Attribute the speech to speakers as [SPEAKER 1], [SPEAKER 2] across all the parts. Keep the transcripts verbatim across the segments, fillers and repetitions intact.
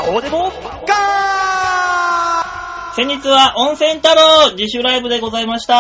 [SPEAKER 1] こうでもガー。
[SPEAKER 2] 先日は温泉太郎自主ライブでございました。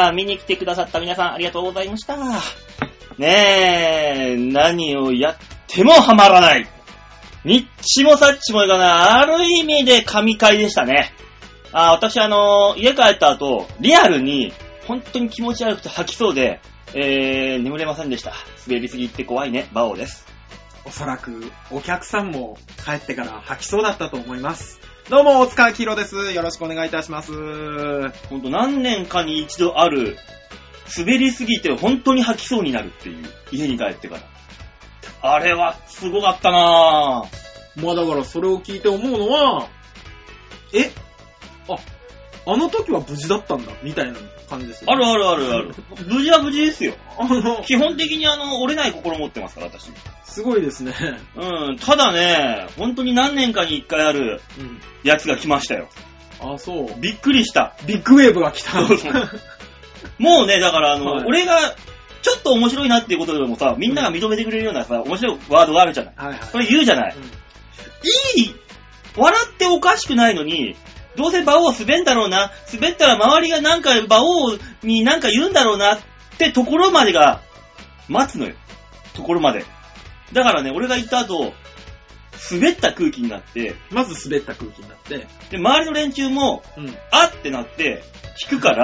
[SPEAKER 2] 見に来てくださった皆さんありがとうございました。ねえ、何をやってもハマらない。ニッチもサッチもいかない。ある意味で神回でしたね。あ、私あの、家帰った後、リアルに本当に気持ち悪くて吐きそうで、えー、眠れませんでした。滑りすぎって怖いね、バオです。
[SPEAKER 3] おそらくお客さんも帰ってから吐きそうだったと思います。どうも、大塚明宏です。よろしくお願いいたします。
[SPEAKER 2] ほんと何年かに一度ある、滑りすぎて本当に吐きそうになるっていう、家に帰ってから。あれはすごかったなぁ。
[SPEAKER 3] まあだからそれを聞いて思うのは、えあ、あの時は無事だったんだ、みたいな感じですよ、ね。
[SPEAKER 2] あるあるあるある。無事は無事ですよ。あの、基本的にあの、折れない心持ってますから、私。
[SPEAKER 3] すごいですね。
[SPEAKER 2] うん、ただね、本当に何年かに一回ある、やつが来ましたよ。
[SPEAKER 3] うん、あ、そう。
[SPEAKER 2] びっくりした。
[SPEAKER 3] ビッグウェーブが来た。
[SPEAKER 2] そうそうもうね、だからあの、はい、俺が、ちょっと面白いなっていうことでもさ、みんなが認めてくれるようなさ、面白いワードがあるじゃない。はいはい、それ言うじゃない。うん、いい、笑っておかしくないのに、どうせ馬王滑んだろうな、滑ったら周りがなんか馬王になんか言うんだろうなってところまでが、待つのよ。ところまで。だからね、俺が言った後、滑った空気になって、
[SPEAKER 3] まず滑った空気になって、
[SPEAKER 2] で、周りの連中も、うん、あってなって、引くから、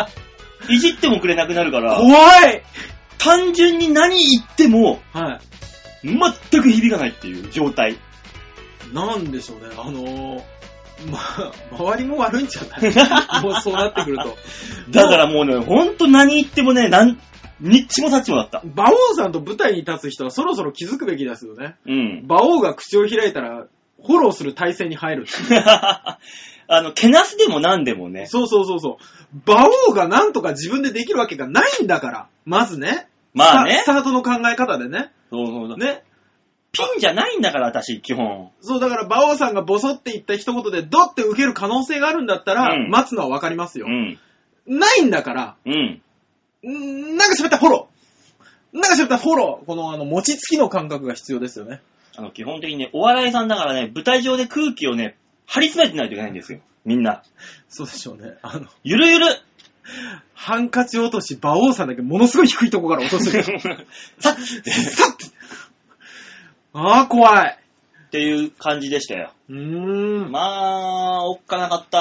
[SPEAKER 2] いじってもくれなくなるから、
[SPEAKER 3] 怖い！
[SPEAKER 2] 単純に何言っても、
[SPEAKER 3] はい、
[SPEAKER 2] 全く響かないっていう状態。
[SPEAKER 3] なんでしょうね、あのー、まあ、周りも悪いんじゃないもうそうなってくると。
[SPEAKER 2] だからもうね、ほんと何言ってもね、なん、ニッチもサッチもだった。
[SPEAKER 3] 馬王さんと舞台に立つ人はそろそろ気づくべきですよね。うん。馬王が口を開いたら、フォローする体制に入る。
[SPEAKER 2] あの、けなすでもなんでもね。
[SPEAKER 3] そうそうそうそう。馬王がなんとか自分でできるわけがないんだから。まずね。
[SPEAKER 2] まあね。
[SPEAKER 3] スタートの考え方でね。
[SPEAKER 2] そうそうそう。ね。ピンじゃないんだから、私、基本。
[SPEAKER 3] そう、だから、馬王さんがボソって言った一言で、ドって受ける可能性があるんだったら、うん、待つのはわかりますよ。うん。ないんだから、うん。んなんか喋ったらフォロー。なんか喋ったらフォロー。この、あの、餅つきの感覚が必要ですよね。
[SPEAKER 2] あの、基本的にね、お笑いさんだからね、舞台上で空気をね、張り詰めてないといけないんですよ。みんな。
[SPEAKER 3] そうでしょうね。あの、
[SPEAKER 2] ゆるゆる。
[SPEAKER 3] ハンカチ落とし、馬王さんだけものすごい低いとこから落とする。さっさっああ、怖い。
[SPEAKER 2] っていう感じでしたよ。
[SPEAKER 3] うーん。
[SPEAKER 2] まあ、おっかなかった。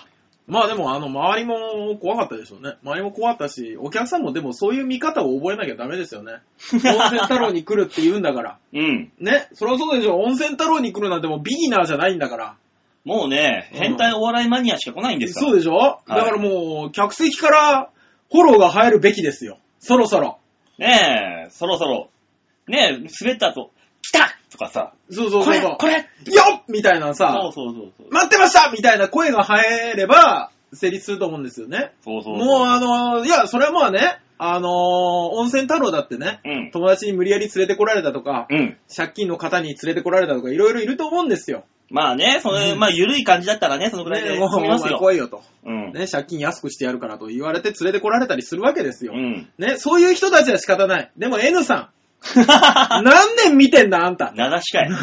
[SPEAKER 3] まあでも、あの、周りも怖かったでしょうね。周りも怖かったし、お客さんもでもそういう見方を覚えなきゃダメですよね。温泉太郎に来るって言うんだから。うん。ね。そりゃそうでしょ。温泉太郎に来るなんてもうビギナーじゃないんだから。
[SPEAKER 2] もうね、うん、変態お笑いマニアしか来ないんですから。
[SPEAKER 3] そうでしょ、はい、だからもう、客席からフォローが入るべきですよ。そろそろ。
[SPEAKER 2] ねえ、そろそろ。ねえ、滑った後。来たとかさ、
[SPEAKER 3] そうそうそうそう。
[SPEAKER 2] これ、これよ
[SPEAKER 3] っみたいなさ、
[SPEAKER 2] そうそうそうそう。
[SPEAKER 3] 待ってましたみたいな声が入れば、成立すると思うんですよね。
[SPEAKER 2] そうそうそう。
[SPEAKER 3] もうあのー、いや、それはまあね、あのー、温泉太郎だってね、うん、友達に無理やり連れてこられたとか、うん、借金の方に連れてこられたとか、いろいろいると思うんですよ。
[SPEAKER 2] まあね、それ、うん、まあ緩い感じだったらね、そのくらいで済みますよ。ね、もうお前
[SPEAKER 3] 来いよと、うん。ね、借金安くしてやるからと言われて連れてこられたりするわけですよ。うん、ね、そういう人たちは仕方ない。でも N さん、何年見てんだあんた。
[SPEAKER 2] 名指しかい。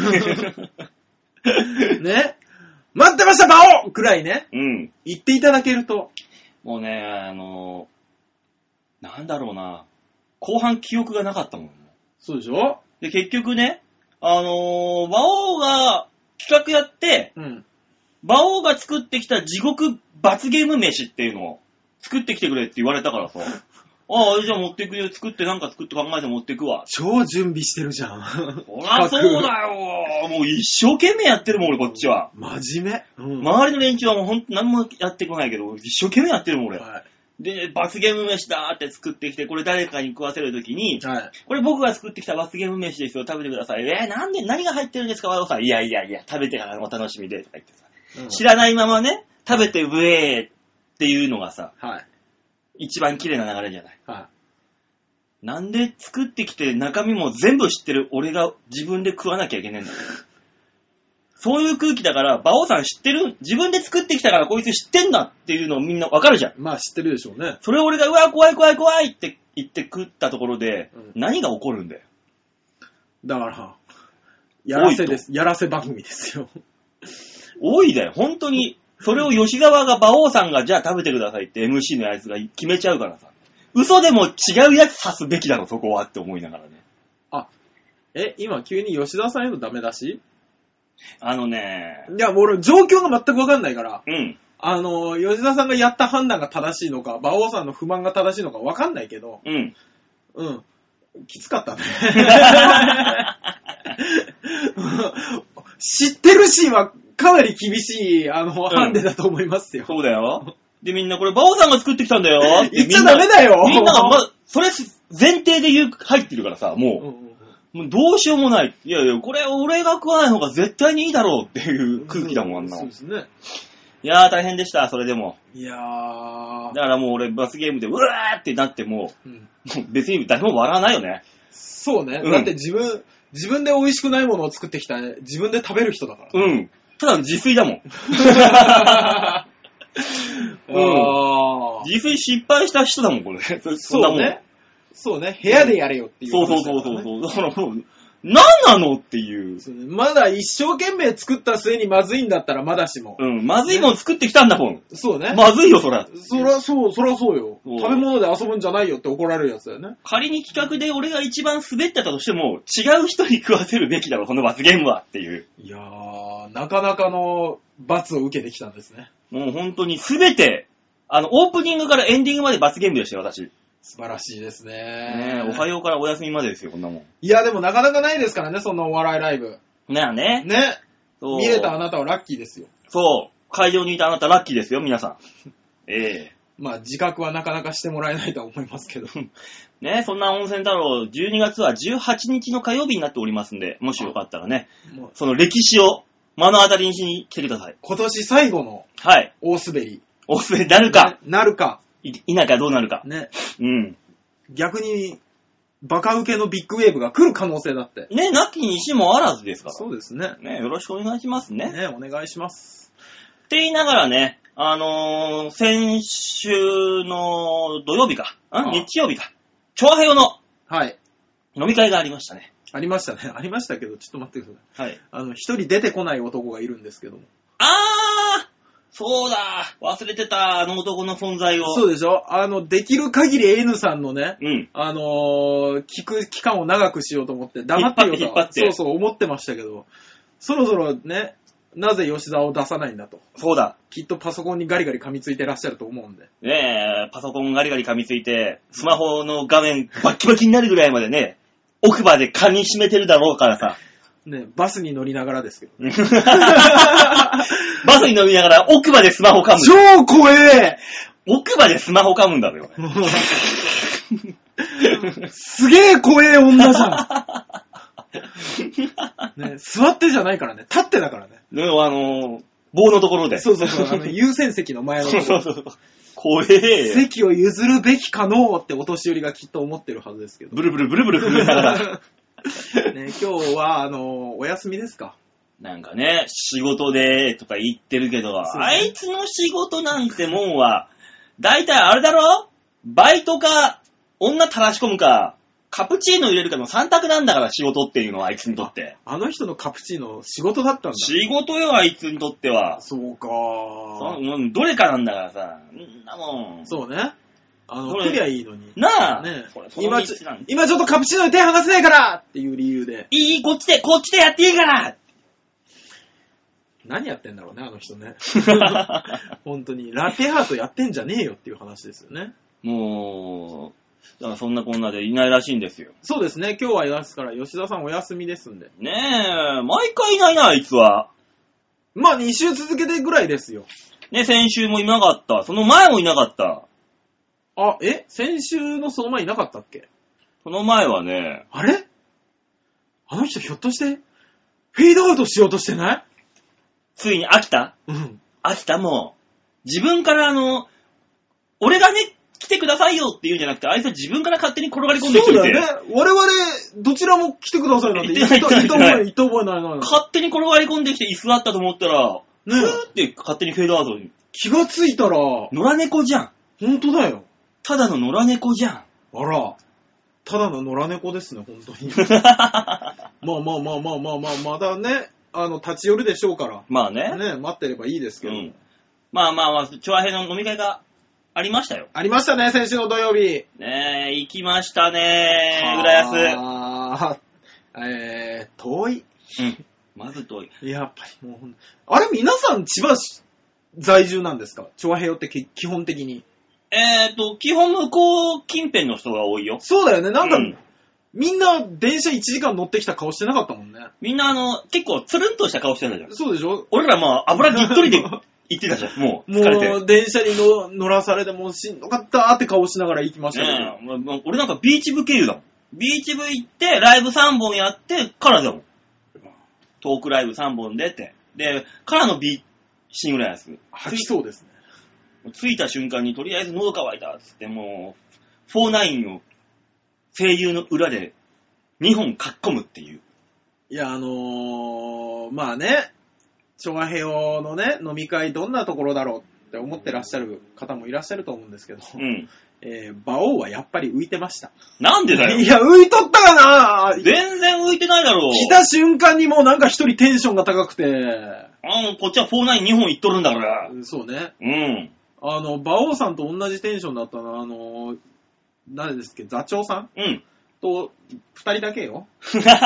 [SPEAKER 3] ね。待ってました馬王くらいね。うん。言っていただけると。
[SPEAKER 2] もうね、あのー、なんだろうな。後半記憶がなかったもん。
[SPEAKER 3] そうでしょ？
[SPEAKER 2] で、結局ね、あのー、馬王が企画やって、うん。馬王が作ってきた地獄罰ゲーム飯っていうのを作ってきてくれって言われたからさ。ああ、じゃあ持っていくよ。作ってなんか作って考えて持っていくわ。
[SPEAKER 3] 超準備してるじゃん。
[SPEAKER 2] ほら、そうだよ。もう一生懸命やってるもん、俺、こっちは。
[SPEAKER 3] 真面目。
[SPEAKER 2] うん、周りの連中はもうほんと何もやってこないけど、一生懸命やってるもん、俺。はい、で、罰ゲーム飯だーって作ってきて、これ誰かに食わせるときに、はい、これ僕が作ってきた罰ゲーム飯ですよ。食べてください。えー、なんで、何が入ってるんですか、ワロさん。いやいやいや、食べてからお楽しみで、とか言ってさ、うん。知らないままね、食べてウェーっていうのがさ、はい、一番綺麗な流れじゃない。はい、なんで作ってきて中身も全部知ってる俺が自分で食わなきゃいけないんだよ。そういう空気だから、馬王さん知ってる？自分で作ってきたからこいつ知ってんだっていうのをみんなわかるじゃん。
[SPEAKER 3] まあ知ってるでしょうね。
[SPEAKER 2] それを俺がうわ怖い怖い怖いって言って食ったところで、うん、何が起こるんだよ。
[SPEAKER 3] だから、 やらせです。やらせ番組ですよ。
[SPEAKER 2] 多いだよ、本当に。それを吉沢が、馬王さんが、じゃあ食べてくださいって エムシー のやつが決めちゃうからさ。嘘でも違うやつ刺すべきだろ、そこはって思いながらね。
[SPEAKER 3] あ、え、今急に吉沢さんへのダメ出し？
[SPEAKER 2] あのね。
[SPEAKER 3] いや、俺、状況が全くわかんないから。
[SPEAKER 2] うん。あ
[SPEAKER 3] の、吉沢さんがやった判断が正しいのか、馬王さんの不満が正しいのかわかんないけど。
[SPEAKER 2] うん。
[SPEAKER 3] うん。きつかったね。知ってるシーンはかなり厳しい、あの、うん、ハンデだと思いますよ。
[SPEAKER 2] そうだよ。で、みんなこれ、馬王さんが作ってきたんだよ。
[SPEAKER 3] 言っちゃダメだよ。
[SPEAKER 2] みんなが、ま、それ、前提で言う、入ってるからさ、もう。うんうんもうどうしようもない。いやいや、これ俺が食わない方が絶対にいいだろうっていう空気だもん、あんな。
[SPEAKER 3] そうですね。
[SPEAKER 2] いやー大変でした、それでも。
[SPEAKER 3] いやー。
[SPEAKER 2] だからもう俺罰ゲームでうわーってなっても、うん、もう別に誰も笑わないよね。
[SPEAKER 3] そうね、うん。だって自分、自分で美味しくないものを作ってきた、自分で食べる人だから、
[SPEAKER 2] ね。うん。ただの自炊だもん。うん、自炊失敗した人だもん、これ。そんなもん。そうね。
[SPEAKER 3] そうね、部屋でやれよっていう、
[SPEAKER 2] ね。そうそうそうそう。だからもう、何なのっていう。
[SPEAKER 3] まだ一生懸命作った末にまずいんだったらまだしも。
[SPEAKER 2] うん、まずいもん作ってきたんだもん。
[SPEAKER 3] そうね。
[SPEAKER 2] まずいよ、そら。
[SPEAKER 3] そらそう、そらそうよ。食べ物で遊ぶんじゃないよって怒られるやつだよね。
[SPEAKER 2] 仮に企画で俺が一番滑ってたとしても、違う人に食わせるべきだろ、この罰ゲームはっていう。
[SPEAKER 3] いやー、なかなかの罰を受けてきたんですね。
[SPEAKER 2] もう本当に全て、あの、オープニングからエンディングまで罰ゲームでしたよ、私。
[SPEAKER 3] 素晴らしいですね。
[SPEAKER 2] ねえ、おはようからお休みまでですよ、こんなもん。
[SPEAKER 3] いや、でもなかなかないですからね、そんなお笑いライブ。
[SPEAKER 2] ねえね。
[SPEAKER 3] ね。見れたあなたはラッキーですよ。
[SPEAKER 2] そう。会場にいたあなたラッキーですよ、皆さん。ええー。
[SPEAKER 3] まあ、自覚はなかなかしてもらえないとは思いますけど。
[SPEAKER 2] ねえ、そんな温泉太郎、じゅうにがつはじゅうはちにちの火曜日になっておりますんで、もしよかったらね、その歴史を目の当たりにしに来てください。
[SPEAKER 3] 今年最後の
[SPEAKER 2] はい。
[SPEAKER 3] 大滑り。
[SPEAKER 2] 大滑りなるか。
[SPEAKER 3] なるか。
[SPEAKER 2] い、いなかどうなるか。
[SPEAKER 3] ね。
[SPEAKER 2] うん。
[SPEAKER 3] 逆に、バカ受けのビッグウェーブが来る可能性だって。
[SPEAKER 2] ね、なきにしもあらずですから。
[SPEAKER 3] そうですね。
[SPEAKER 2] ね、よろしくお願いしますね。
[SPEAKER 3] ね、お願いします。
[SPEAKER 2] って言いながらね、あのー、先週の土曜日か、ん日曜日か、調和平の、
[SPEAKER 3] はい。
[SPEAKER 2] 飲み会がありましたね。
[SPEAKER 3] ありましたね。ありましたけど、ちょっと待ってください。
[SPEAKER 2] はい。
[SPEAKER 3] あの、一人出てこない男がいるんですけども。
[SPEAKER 2] あーそうだ忘れてた、あの男の存在を。
[SPEAKER 3] そうでしょあの、できる限り N さんのね、
[SPEAKER 2] うん。
[SPEAKER 3] あのー、聞く期間を長くしようと思って、黙ってよと。
[SPEAKER 2] 引っ張って。
[SPEAKER 3] そうそう思ってましたけど、そろそろね、なぜ吉沢を出さないんだと。
[SPEAKER 2] そうだ。
[SPEAKER 3] きっとパソコンにガリガリ噛みついてらっしゃると思うんで。
[SPEAKER 2] ねえ、パソコンガリガリ噛みついて、スマホの画面バッキバキになるぐらいまでね、奥歯で噛み締めてるだろうからさ。
[SPEAKER 3] ね、バスに乗りながらですけど。
[SPEAKER 2] バスに乗りながら奥歯でスマホ噛む。
[SPEAKER 3] 超怖え
[SPEAKER 2] 奥歯でスマホ噛むんだよ。
[SPEAKER 3] すげえ怖え女じゃん。ね、座ってじゃないからね、立ってだからね。
[SPEAKER 2] ね、あのー、棒のところで。
[SPEAKER 3] そうそうそう、あの優先席の前のところ。
[SPEAKER 2] そうそうそう。怖え。
[SPEAKER 3] 席を譲るべきかのってお年寄りがきっと思ってるはずですけど。
[SPEAKER 2] ブルブルブルブル震えながら。
[SPEAKER 3] ね、今日は、あの、お休みですか？
[SPEAKER 2] なんかね、仕事でとか言ってるけど、ね、あいつの仕事なんてもんは、だいたいあれだろ？バイトか、女たらし込むか、カプチーノ入れるかの三択なんだから仕事っていうのはあいつにとって。
[SPEAKER 3] あの人のカプチーノ仕事だったんだ。
[SPEAKER 2] 仕事よ、あいつにとっては。
[SPEAKER 3] そうか
[SPEAKER 2] そのどれかなんだからさ。んなもん。
[SPEAKER 3] そうね。あの、来りゃいいのに。
[SPEAKER 2] なあ、
[SPEAKER 3] ね、今ち、今ちょっとカプチーノに手離せないからっていう理由で。
[SPEAKER 2] いい、こっちで、こっちでやっていいから
[SPEAKER 3] 何やってんだろうね、あの人ね。本当に。ラテアートやってんじゃねえよっていう話ですよね。
[SPEAKER 2] もう、だからそんなこんなでいないらしいんですよ。
[SPEAKER 3] そうですね、今日は休から吉田さんお休みですんで。
[SPEAKER 2] ねえ、毎回いないな、あいつは。
[SPEAKER 3] まあに週続けてぐらいですよ。
[SPEAKER 2] ね、先週もいなかった。その前もいなかった。
[SPEAKER 3] あ、え先週のその前いなかったっけ？
[SPEAKER 2] その前はね。
[SPEAKER 3] あれ？あの人ひょっとして、フェードアウトしようとしてない？
[SPEAKER 2] ついに飽きた？
[SPEAKER 3] うん。
[SPEAKER 2] 飽きたもう。自分からあの、俺がね、来てくださいよって言うんじゃなくて、あいつは自分から勝手に転がり込んできてる。
[SPEAKER 3] そうだよね。我々、どちらも来てくださいなんて言った覚えない、言った覚えないな。
[SPEAKER 2] 勝手に転がり込んできて椅子あったと思ったら、ね、ふーって勝手にフェードアウトに。
[SPEAKER 3] 気がついたら、
[SPEAKER 2] 野良猫じゃん。
[SPEAKER 3] ほんとだよ。
[SPEAKER 2] ただの野良猫じゃん。
[SPEAKER 3] あら、ただの野良猫ですね、ほんとに。 まあまあまあまあまあまあ、まだね、あの、立ち寄るでしょうから。
[SPEAKER 2] まあね。
[SPEAKER 3] ね、待ってればいいですけど。うん、
[SPEAKER 2] まあまあまあ、チョアヘの飲み会がありましたよ。
[SPEAKER 3] ありましたね、先週の土曜日。
[SPEAKER 2] ねえ、行きましたね、浦安。
[SPEAKER 3] あー、えー、遠い。
[SPEAKER 2] うん。まず遠い。
[SPEAKER 3] やっぱりもう、あれ皆さん千葉在住なんですか？チョアヘヨって基本的に。
[SPEAKER 2] えーと、基本向こう近辺の人が多いよ。
[SPEAKER 3] そうだよね、なんか、うん、みんな電車いちじかん乗ってきた顔してなかったもんね。
[SPEAKER 2] みんなあの、結構つるんとした顔してたじゃん。
[SPEAKER 3] そうでしょ？
[SPEAKER 2] 俺らまあ油ぎっとりで行ってたじゃん、もう疲れて。
[SPEAKER 3] もう電車にの乗らされてもうしんどかったーって顔しながら行きましたね。
[SPEAKER 2] ねえ、俺なんかビーチ部経由だもん。ビーチ部行って、ライブさんぼんやってからだもん。トークライブさんぼん出て。で、からのビーチぐらいやつ。
[SPEAKER 3] 吐きそうですね。
[SPEAKER 2] 着いた瞬間にとりあえず喉乾いたっつってもう、フォーナインを声優の裏でにほんかっこむっていう。
[SPEAKER 3] いや、あのー、まあね、チョアヘヨのね、飲み会どんなところだろうって思ってらっしゃる方もいらっしゃると思うんですけど、うん。えー、馬王はやっぱり浮いてました。
[SPEAKER 2] なんでだよ。
[SPEAKER 3] いや、浮いとったかな。
[SPEAKER 2] 全然浮いてないだろう。
[SPEAKER 3] 来た瞬間にもうなんか一人テンションが高くて。
[SPEAKER 2] あの、こっちはフォーナインにほんいっとるんだから。
[SPEAKER 3] そうね。
[SPEAKER 2] うん。
[SPEAKER 3] あの、馬王さんと同じテンションだったな、あの、誰ですっけ、座長さん、
[SPEAKER 2] うん。
[SPEAKER 3] と、二人だけよ。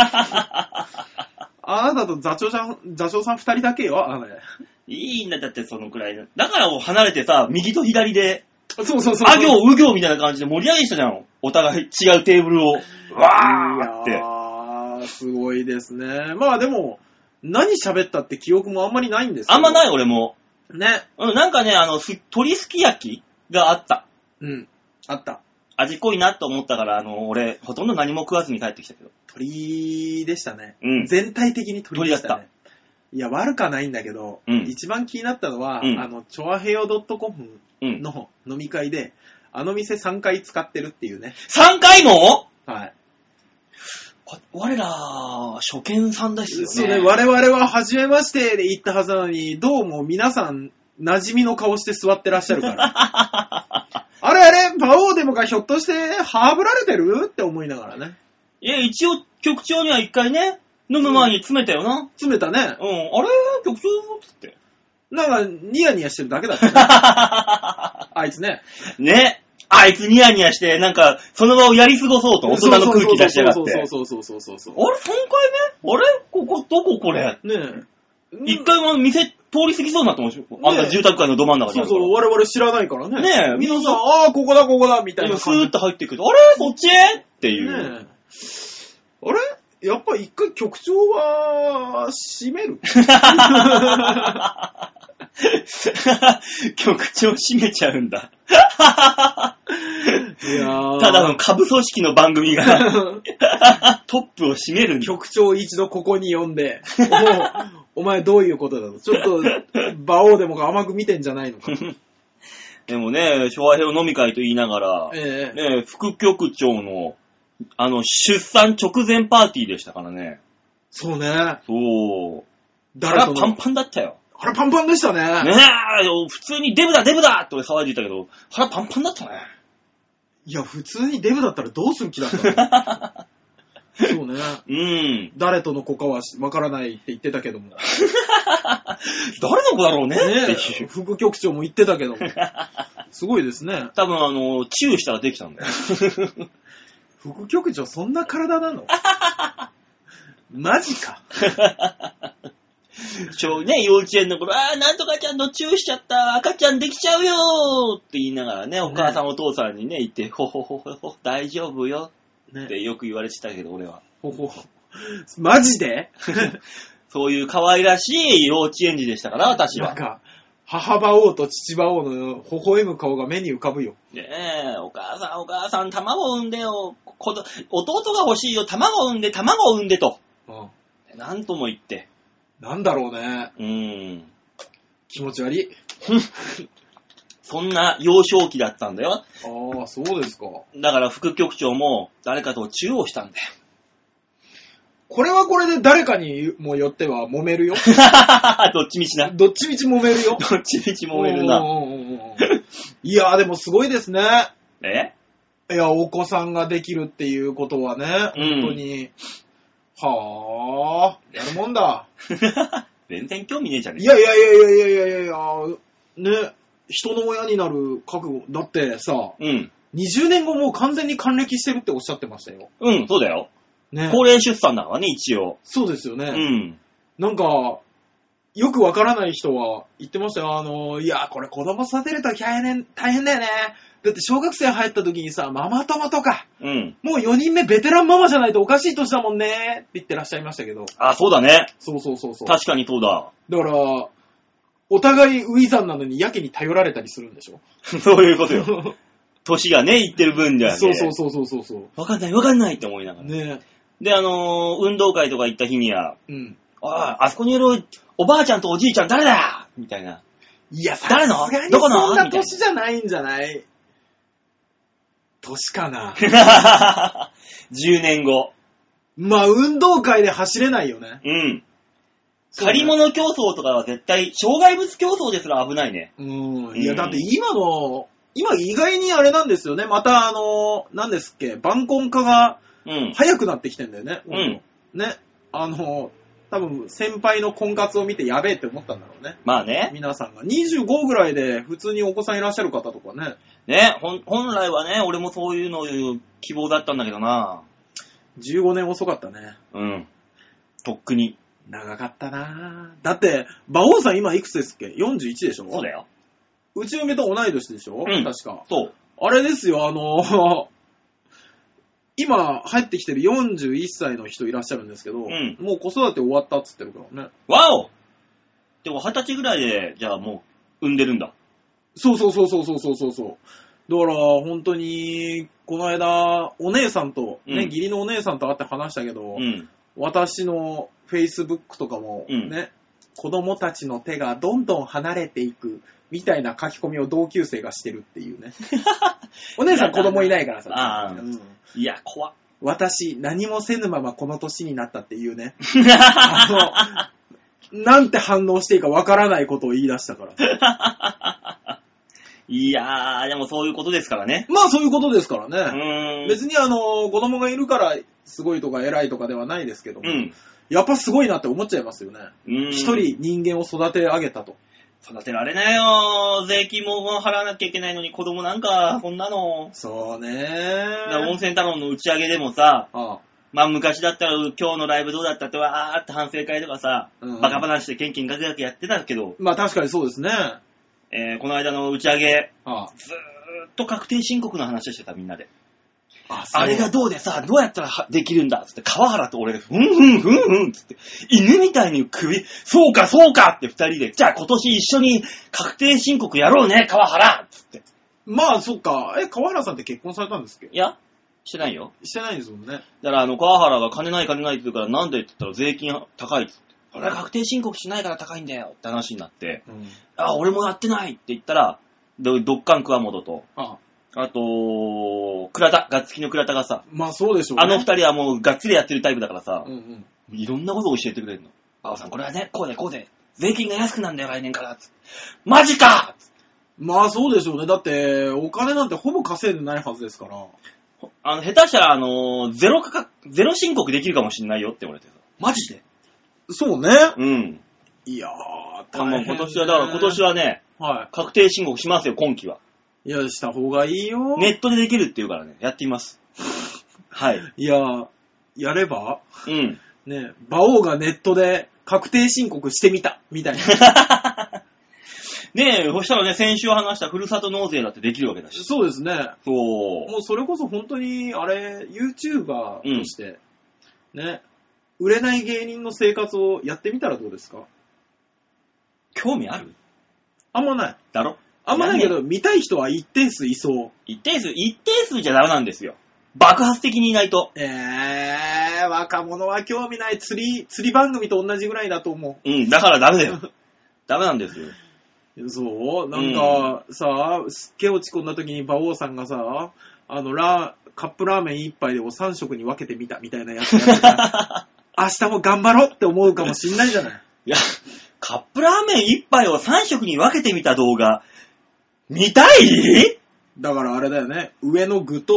[SPEAKER 3] あなたと座長さん、座長さん二人だけよ、あれ。
[SPEAKER 2] いいんだ、だってそのくらい。だからもう離れてさ、右と左で、
[SPEAKER 3] そうそうそうそう。
[SPEAKER 2] あ行、う行みたいな感じで盛り上げしたじゃん。お互い違うテーブルを。わーって。
[SPEAKER 3] あー、すごいですね。まあでも、何喋ったって記憶もあんまりないんですよ。
[SPEAKER 2] あんまない、俺も。
[SPEAKER 3] ね。
[SPEAKER 2] うん、なんかね、あの、鶏すき焼きがあった。
[SPEAKER 3] うん。あった。
[SPEAKER 2] 味濃いなと思ったから、あの、俺、ほとんど何も食わずに帰ってきたけど。
[SPEAKER 3] 鶏でしたね。
[SPEAKER 2] うん。
[SPEAKER 3] 全体的に鶏でしたね。
[SPEAKER 2] 鶏だった。
[SPEAKER 3] いや、悪かないんだけど、うん、一番気になったのは、うん、あの、チョアヘヨ .com の飲み会で、あの店さんかい使ってるっていうね。
[SPEAKER 2] さんかいも？
[SPEAKER 3] はい。
[SPEAKER 2] 我ら、初見さんですよね。
[SPEAKER 3] そうね、我々は初めましてで言ったはずなのに、どうも皆さん、馴染みの顔して座ってらっしゃるから。あれあれ、馬王デモがひょっとしてハーブられてるって思いながらね。
[SPEAKER 2] いや、一応、局長には一回ね、飲む前に詰めたよな。
[SPEAKER 3] 詰めたね。
[SPEAKER 2] うん。あれ局長つって。
[SPEAKER 3] なんか、ニヤニヤしてるだけだったね。あいつね。
[SPEAKER 2] ね。あいつニヤニヤして、なんか、その場をやり過ごそうと、大人の空気出しやがって。
[SPEAKER 3] そうそうそうそうそうそう。
[SPEAKER 2] あれ さんかいめ？あれここ、どここれ？
[SPEAKER 3] ねえ。
[SPEAKER 2] 一回も店通り過ぎそうになってましたよ。あんな住宅街のど真ん中にあるから。
[SPEAKER 3] そうそう、我々知らないからね。
[SPEAKER 2] ねえ。
[SPEAKER 3] 皆さん、ああ、ここだ、ここだ、みたいな。
[SPEAKER 2] スーッと入ってくると、あれそっちっていう。ね
[SPEAKER 3] え。あれやっぱ一回局長は、閉める
[SPEAKER 2] 局長閉めちゃうんだ。
[SPEAKER 3] いや
[SPEAKER 2] ただの下部組織の番組がトップを占めるんだ。
[SPEAKER 3] 局長一度ここに呼んで、お, お前どういうことだと。ちょっと、馬王でもが甘く見てんじゃないのか。
[SPEAKER 2] でもね、昭和平和飲み会と言いながら、
[SPEAKER 3] ええ
[SPEAKER 2] ね、副局長の、あの、出産直前パーティーでしたからね。
[SPEAKER 3] そうね。
[SPEAKER 2] そう。腹パンパンだったよ。
[SPEAKER 3] 腹パンパンでしたね。
[SPEAKER 2] ねえ、普通にデブだデブだって俺騒いでいたけど、腹パンパンだったね。
[SPEAKER 3] いや、普通にデブだったらどうする気だったのそうね。
[SPEAKER 2] うん。
[SPEAKER 3] 誰との子かはわからないって言ってたけども。
[SPEAKER 2] 誰の子だろうねっていう。
[SPEAKER 3] 副局長も言ってたけども。すごいですね。
[SPEAKER 2] 多分あの、チューしたらできたんだよ。
[SPEAKER 3] 副局長そんな体なのマジか。
[SPEAKER 2] ちょね、幼稚園の頃、あー、なんとかちゃんとチューしちゃった、赤ちゃんできちゃうよーって言いながらね、お母さん、ね、お父さんにね、言って、ほほほほほ、大丈夫よってよく言われてたけど、俺は。
[SPEAKER 3] ほほほ。マジで
[SPEAKER 2] そういう可愛らしい幼稚園児でしたから、私は。
[SPEAKER 3] なんか、母馬王と父馬王の微笑む顔が目に浮かぶよ。
[SPEAKER 2] ねえ、お母さん、お母さん、卵産んでよ。弟が欲しいよ、卵産んで、卵産んでと。うん。なんとも言って。
[SPEAKER 3] なんだろうね。
[SPEAKER 2] うーん。
[SPEAKER 3] 気持ち悪い。
[SPEAKER 2] そんな幼少期だったんだよ。
[SPEAKER 3] ああ、そうですか。
[SPEAKER 2] だから副局長も誰かとチューをしたんだよ。
[SPEAKER 3] これはこれで誰かにもよっては揉めるよ。
[SPEAKER 2] どっちみちな。
[SPEAKER 3] どっちみち揉めるよ。
[SPEAKER 2] どっちみち揉めるな。
[SPEAKER 3] いやーでもすごいですね。
[SPEAKER 2] え？
[SPEAKER 3] いや、お子さんができるっていうことはね、本当に、 はぁ、やるもんだ。
[SPEAKER 2] 全然興味ねえじゃねえ
[SPEAKER 3] いやいやいやいやいやいやいやいや、ね、人の親になる覚悟。だってさ、うん。にじゅうねんごもう完全に還暦してるっておっしゃってましたよ。
[SPEAKER 2] うん、そうだよ。ね。高齢出産だからね、一応。
[SPEAKER 3] そうですよね。
[SPEAKER 2] うん。
[SPEAKER 3] なんか、よくわからない人は言ってましたよ。あの、いや、これ子供育てるとき大変、大変だよね。だって小学生入った時にさ、ママ友とか、うん、もうよにんめベテランママじゃないとおかしい年だもんねって言ってらっしゃいましたけど。
[SPEAKER 2] あ、そうだね。
[SPEAKER 3] そうそうそうそう。
[SPEAKER 2] 確かにそうだ。
[SPEAKER 3] だから、お互いウィザンなのにやけに頼られたりするんでしょ
[SPEAKER 2] そういうことよ。年がね、いってる分じゃね。
[SPEAKER 3] そうそうそうそうそう。
[SPEAKER 2] わかんないわかんないって思いながら。
[SPEAKER 3] ね。
[SPEAKER 2] で、あのー、運動会とか行った日には、うん。ああ、あそこにいるおばあちゃんとおじいちゃん誰だみたいな。
[SPEAKER 3] いや、
[SPEAKER 2] 誰の
[SPEAKER 3] どこのそんな年じゃないんじゃない年かな。
[SPEAKER 2] じゅうねんご。
[SPEAKER 3] まあ、運動会で走れないよね。
[SPEAKER 2] うん。借り物競争とかは絶対、障害物競争ですら危ないね。
[SPEAKER 3] うん。いや、だって今の、今意外にあれなんですよね。またあの、何ですっけ、晩婚化が早くなってきてんだよね。うん。ね。あの、多分先輩の婚活を見てやべえって思ったんだろうね。
[SPEAKER 2] まあね。
[SPEAKER 3] 皆さんが。にじゅうごぐらいで普通にお子さんいらっしゃる方とかね。
[SPEAKER 2] ね、ほん本来はね、俺もそういうの希望だったんだけどな。
[SPEAKER 3] じゅうごねん遅かったね。
[SPEAKER 2] うん。とっくに。
[SPEAKER 3] 長かったな。だって、馬王さん今いくつですっけ ?よんじゅういち でしょ？
[SPEAKER 2] そうだよ。
[SPEAKER 3] うちの嫁と同い年でしょ、うん、確か。
[SPEAKER 2] そう。
[SPEAKER 3] あれですよ、あの、今入ってきてるよんじゅういっさいの人いらっしゃるんですけど、うん、もう子育て終わったっつってるからね。
[SPEAKER 2] わお！でも二十歳ぐらいで、じゃあもう産んでるんだ。
[SPEAKER 3] そうそうそうそうそうそうそう。だから、本当に、この間、お姉さんと、ね、うん、義理のお姉さんと会って話したけど、うん、私の Facebook とかもね、うん、子供たちの手がどんどん離れていく、みたいな書き込みを同級生がしてるっていうね。お姉さん子供いないからさ。
[SPEAKER 2] あ、うん、いや、怖っ。
[SPEAKER 3] 私、何もせぬままこの年になったっていうね。あの、なんて反応していいかわからないことを言い出したから。
[SPEAKER 2] いやー、でもそういうことですからね。
[SPEAKER 3] まあそういうことですからね。別にあの、子供がいるからすごいとか偉いとかではないですけども、うん、やっぱすごいなって思っちゃいますよね。一人人間を育て上げたと。
[SPEAKER 2] 育てられないよ。税金も払わなきゃいけないのに子供なんか、こんなの。
[SPEAKER 3] そうね
[SPEAKER 2] ー。温泉太郎の打ち上げでもさ、ああまあ昔だったら今日のライブどうだったってわーって反省会とかさ、うんうん、バカ話でケンケンガクガクやってたけど。
[SPEAKER 3] まあ確かにそうですね。
[SPEAKER 2] えー、この間の打ち上げ、ああずーっと確定申告の話をしてたみんなで。あ, あれがどうでさ、どうやったらできるんだつって、川原と俺で、ふんふんふんふんつって、犬みたいに首、そうかそうかって二人で、じゃあ今年一緒に確定申告やろうね、川原つって。
[SPEAKER 3] まあ、そっか。え、川原さんって結婚されたんですっけ？
[SPEAKER 2] いや、してないよ。
[SPEAKER 3] してないんですもんね。だ
[SPEAKER 2] からあの、川原が金ない金ないって言うから、なんでって言ったら税金高いっつって。これは確定申告しないから高いんだよって話になって、うん、あ、俺もやってないって言ったら、ど、どっかん桑本と、あああと、倉田、ガッツキの倉田がさ、
[SPEAKER 3] まあそうでしょうね。
[SPEAKER 2] あの二人はもうがっつりやってるタイプだからさ、うんうん、いろんなことを教えてくれるの。バオさん、これはね、こうでこうで、税金が安くなんだよ、来年から。つマジか
[SPEAKER 3] まあそうでしょうね。だって、お金なんてほぼ稼いでないはずですから。
[SPEAKER 2] あの、下手したら、あの、ゼロかか、ゼロ申告できるかもしんないよって言われてさ。マジで
[SPEAKER 3] そうね。
[SPEAKER 2] うん。
[SPEAKER 3] いやー、
[SPEAKER 2] 大変、ね、今年は、だから今年はね、はい、確定申告しますよ、今期は。
[SPEAKER 3] いや、した方がいいよ。
[SPEAKER 2] ネットでできるって言うからね、やってみます。はい。
[SPEAKER 3] いや、やれば
[SPEAKER 2] うん。
[SPEAKER 3] ね、馬王がネットで確定申告してみた、みたいな。
[SPEAKER 2] ねえ、そしたらね、先週話したふるさと納税だってできるわけだし。
[SPEAKER 3] そうですね。
[SPEAKER 2] そう。
[SPEAKER 3] もうそれこそ本当に、あれ、YouTuber として、うん、ね、売れない芸人の生活をやってみたらどうですか？
[SPEAKER 2] 興味ある？
[SPEAKER 3] あんまない。
[SPEAKER 2] だろ？
[SPEAKER 3] あんまないけど、見たい人は一定数いそう。
[SPEAKER 2] 一定数、一定数じゃダメなんですよ。爆発的にいないと。
[SPEAKER 3] えー、若者は興味ない釣り、釣り番組と同じぐらいだと思
[SPEAKER 2] う。うん、だからダメだよ。ダメなんですよ。
[SPEAKER 3] そうなんか、うん、さ、すっげえ落ち込んだ時に馬王さんがさ、あの、ラー、カップラーメン一杯をさん食に分けてみたみたいなやつやってた明日も頑張ろうって思うかもしんないじゃない。
[SPEAKER 2] いや、カップラーメン一杯をさん食に分けてみた動画、見たい？
[SPEAKER 3] だからあれだよね。上の具と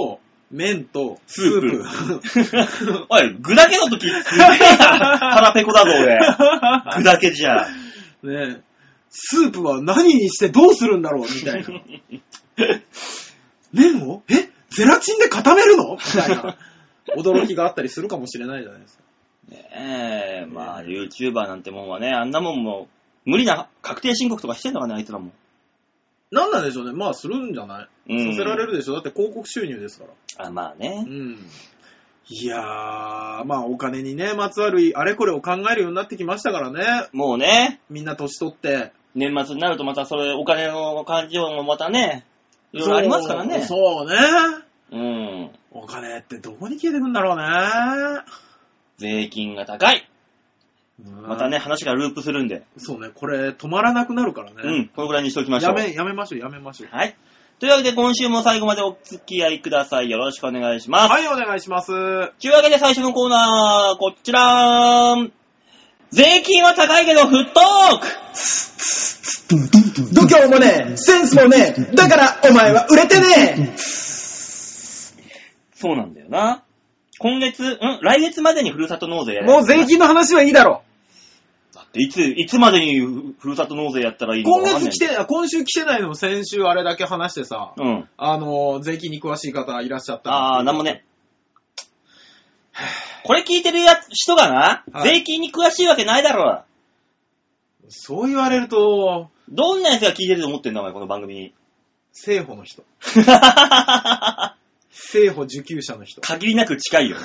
[SPEAKER 3] 麺とスープ。
[SPEAKER 2] スープおい、具だけの時、すげえ腹ペコだぞ、俺。具だけじゃ。
[SPEAKER 3] ねえ。スープは何にしてどうするんだろうみたいな。麺をえゼラチンで固めるのみたいな。驚きがあったりするかもしれないじゃないですか。
[SPEAKER 2] ねえ、まあ、YouTuber なんてもんはね、あんなもんも、無理な確定申告とかしてんのかね、あいつらも。
[SPEAKER 3] なんなんでしょうね。まあ、するんじゃない、うん、させられるでしょ。だって広告収入ですから。
[SPEAKER 2] あ、まあね。
[SPEAKER 3] うん。いやー、まあ、お金にね、まつわるあれこれを考えるようになってきましたからね。
[SPEAKER 2] もうね。
[SPEAKER 3] みんな年取って。
[SPEAKER 2] 年末になるとまたそれ、お金の感じもまたね、いろいろありますからね。
[SPEAKER 3] そうね。
[SPEAKER 2] うん。
[SPEAKER 3] お金ってどこに消えてくんだろうね。
[SPEAKER 2] 税金が高い。またね、話がループするんで。
[SPEAKER 3] そうね、これ止まらなくなるからね。
[SPEAKER 2] うん、このぐらいにしておきましょう。
[SPEAKER 3] やめ、やめましょう、やめましょう。
[SPEAKER 2] はい。というわけで今週も最後までお付き合いください。よろしくお願いします。
[SPEAKER 3] はい、お願いします。と
[SPEAKER 2] いうわけで最初のコーナー、こちらー。税金は高いけどフットーク
[SPEAKER 1] 度胸もねえ、センスもねえ、だからお前は売れてねえ。
[SPEAKER 2] そうなんだよな。今月、ん来月までにふるさと納税やる。
[SPEAKER 3] もう税金の話はいいだろ。
[SPEAKER 2] だっていつ、いつまでにふるさと納税やったらいいのか
[SPEAKER 3] 今月来て、今週来てないの先週あれだけ話してさ、
[SPEAKER 2] うん。
[SPEAKER 3] あの、税金に詳しい方いらっしゃった
[SPEAKER 2] あー、なんもね。これ聞いてるやつ、人がな、はい、税金に詳しいわけないだろ。
[SPEAKER 3] そう言われると、
[SPEAKER 2] どんなやつが聞いてると思ってんだお前、この番組に。
[SPEAKER 3] 政府の人。政府受給者の人。
[SPEAKER 2] 限りなく近いよ。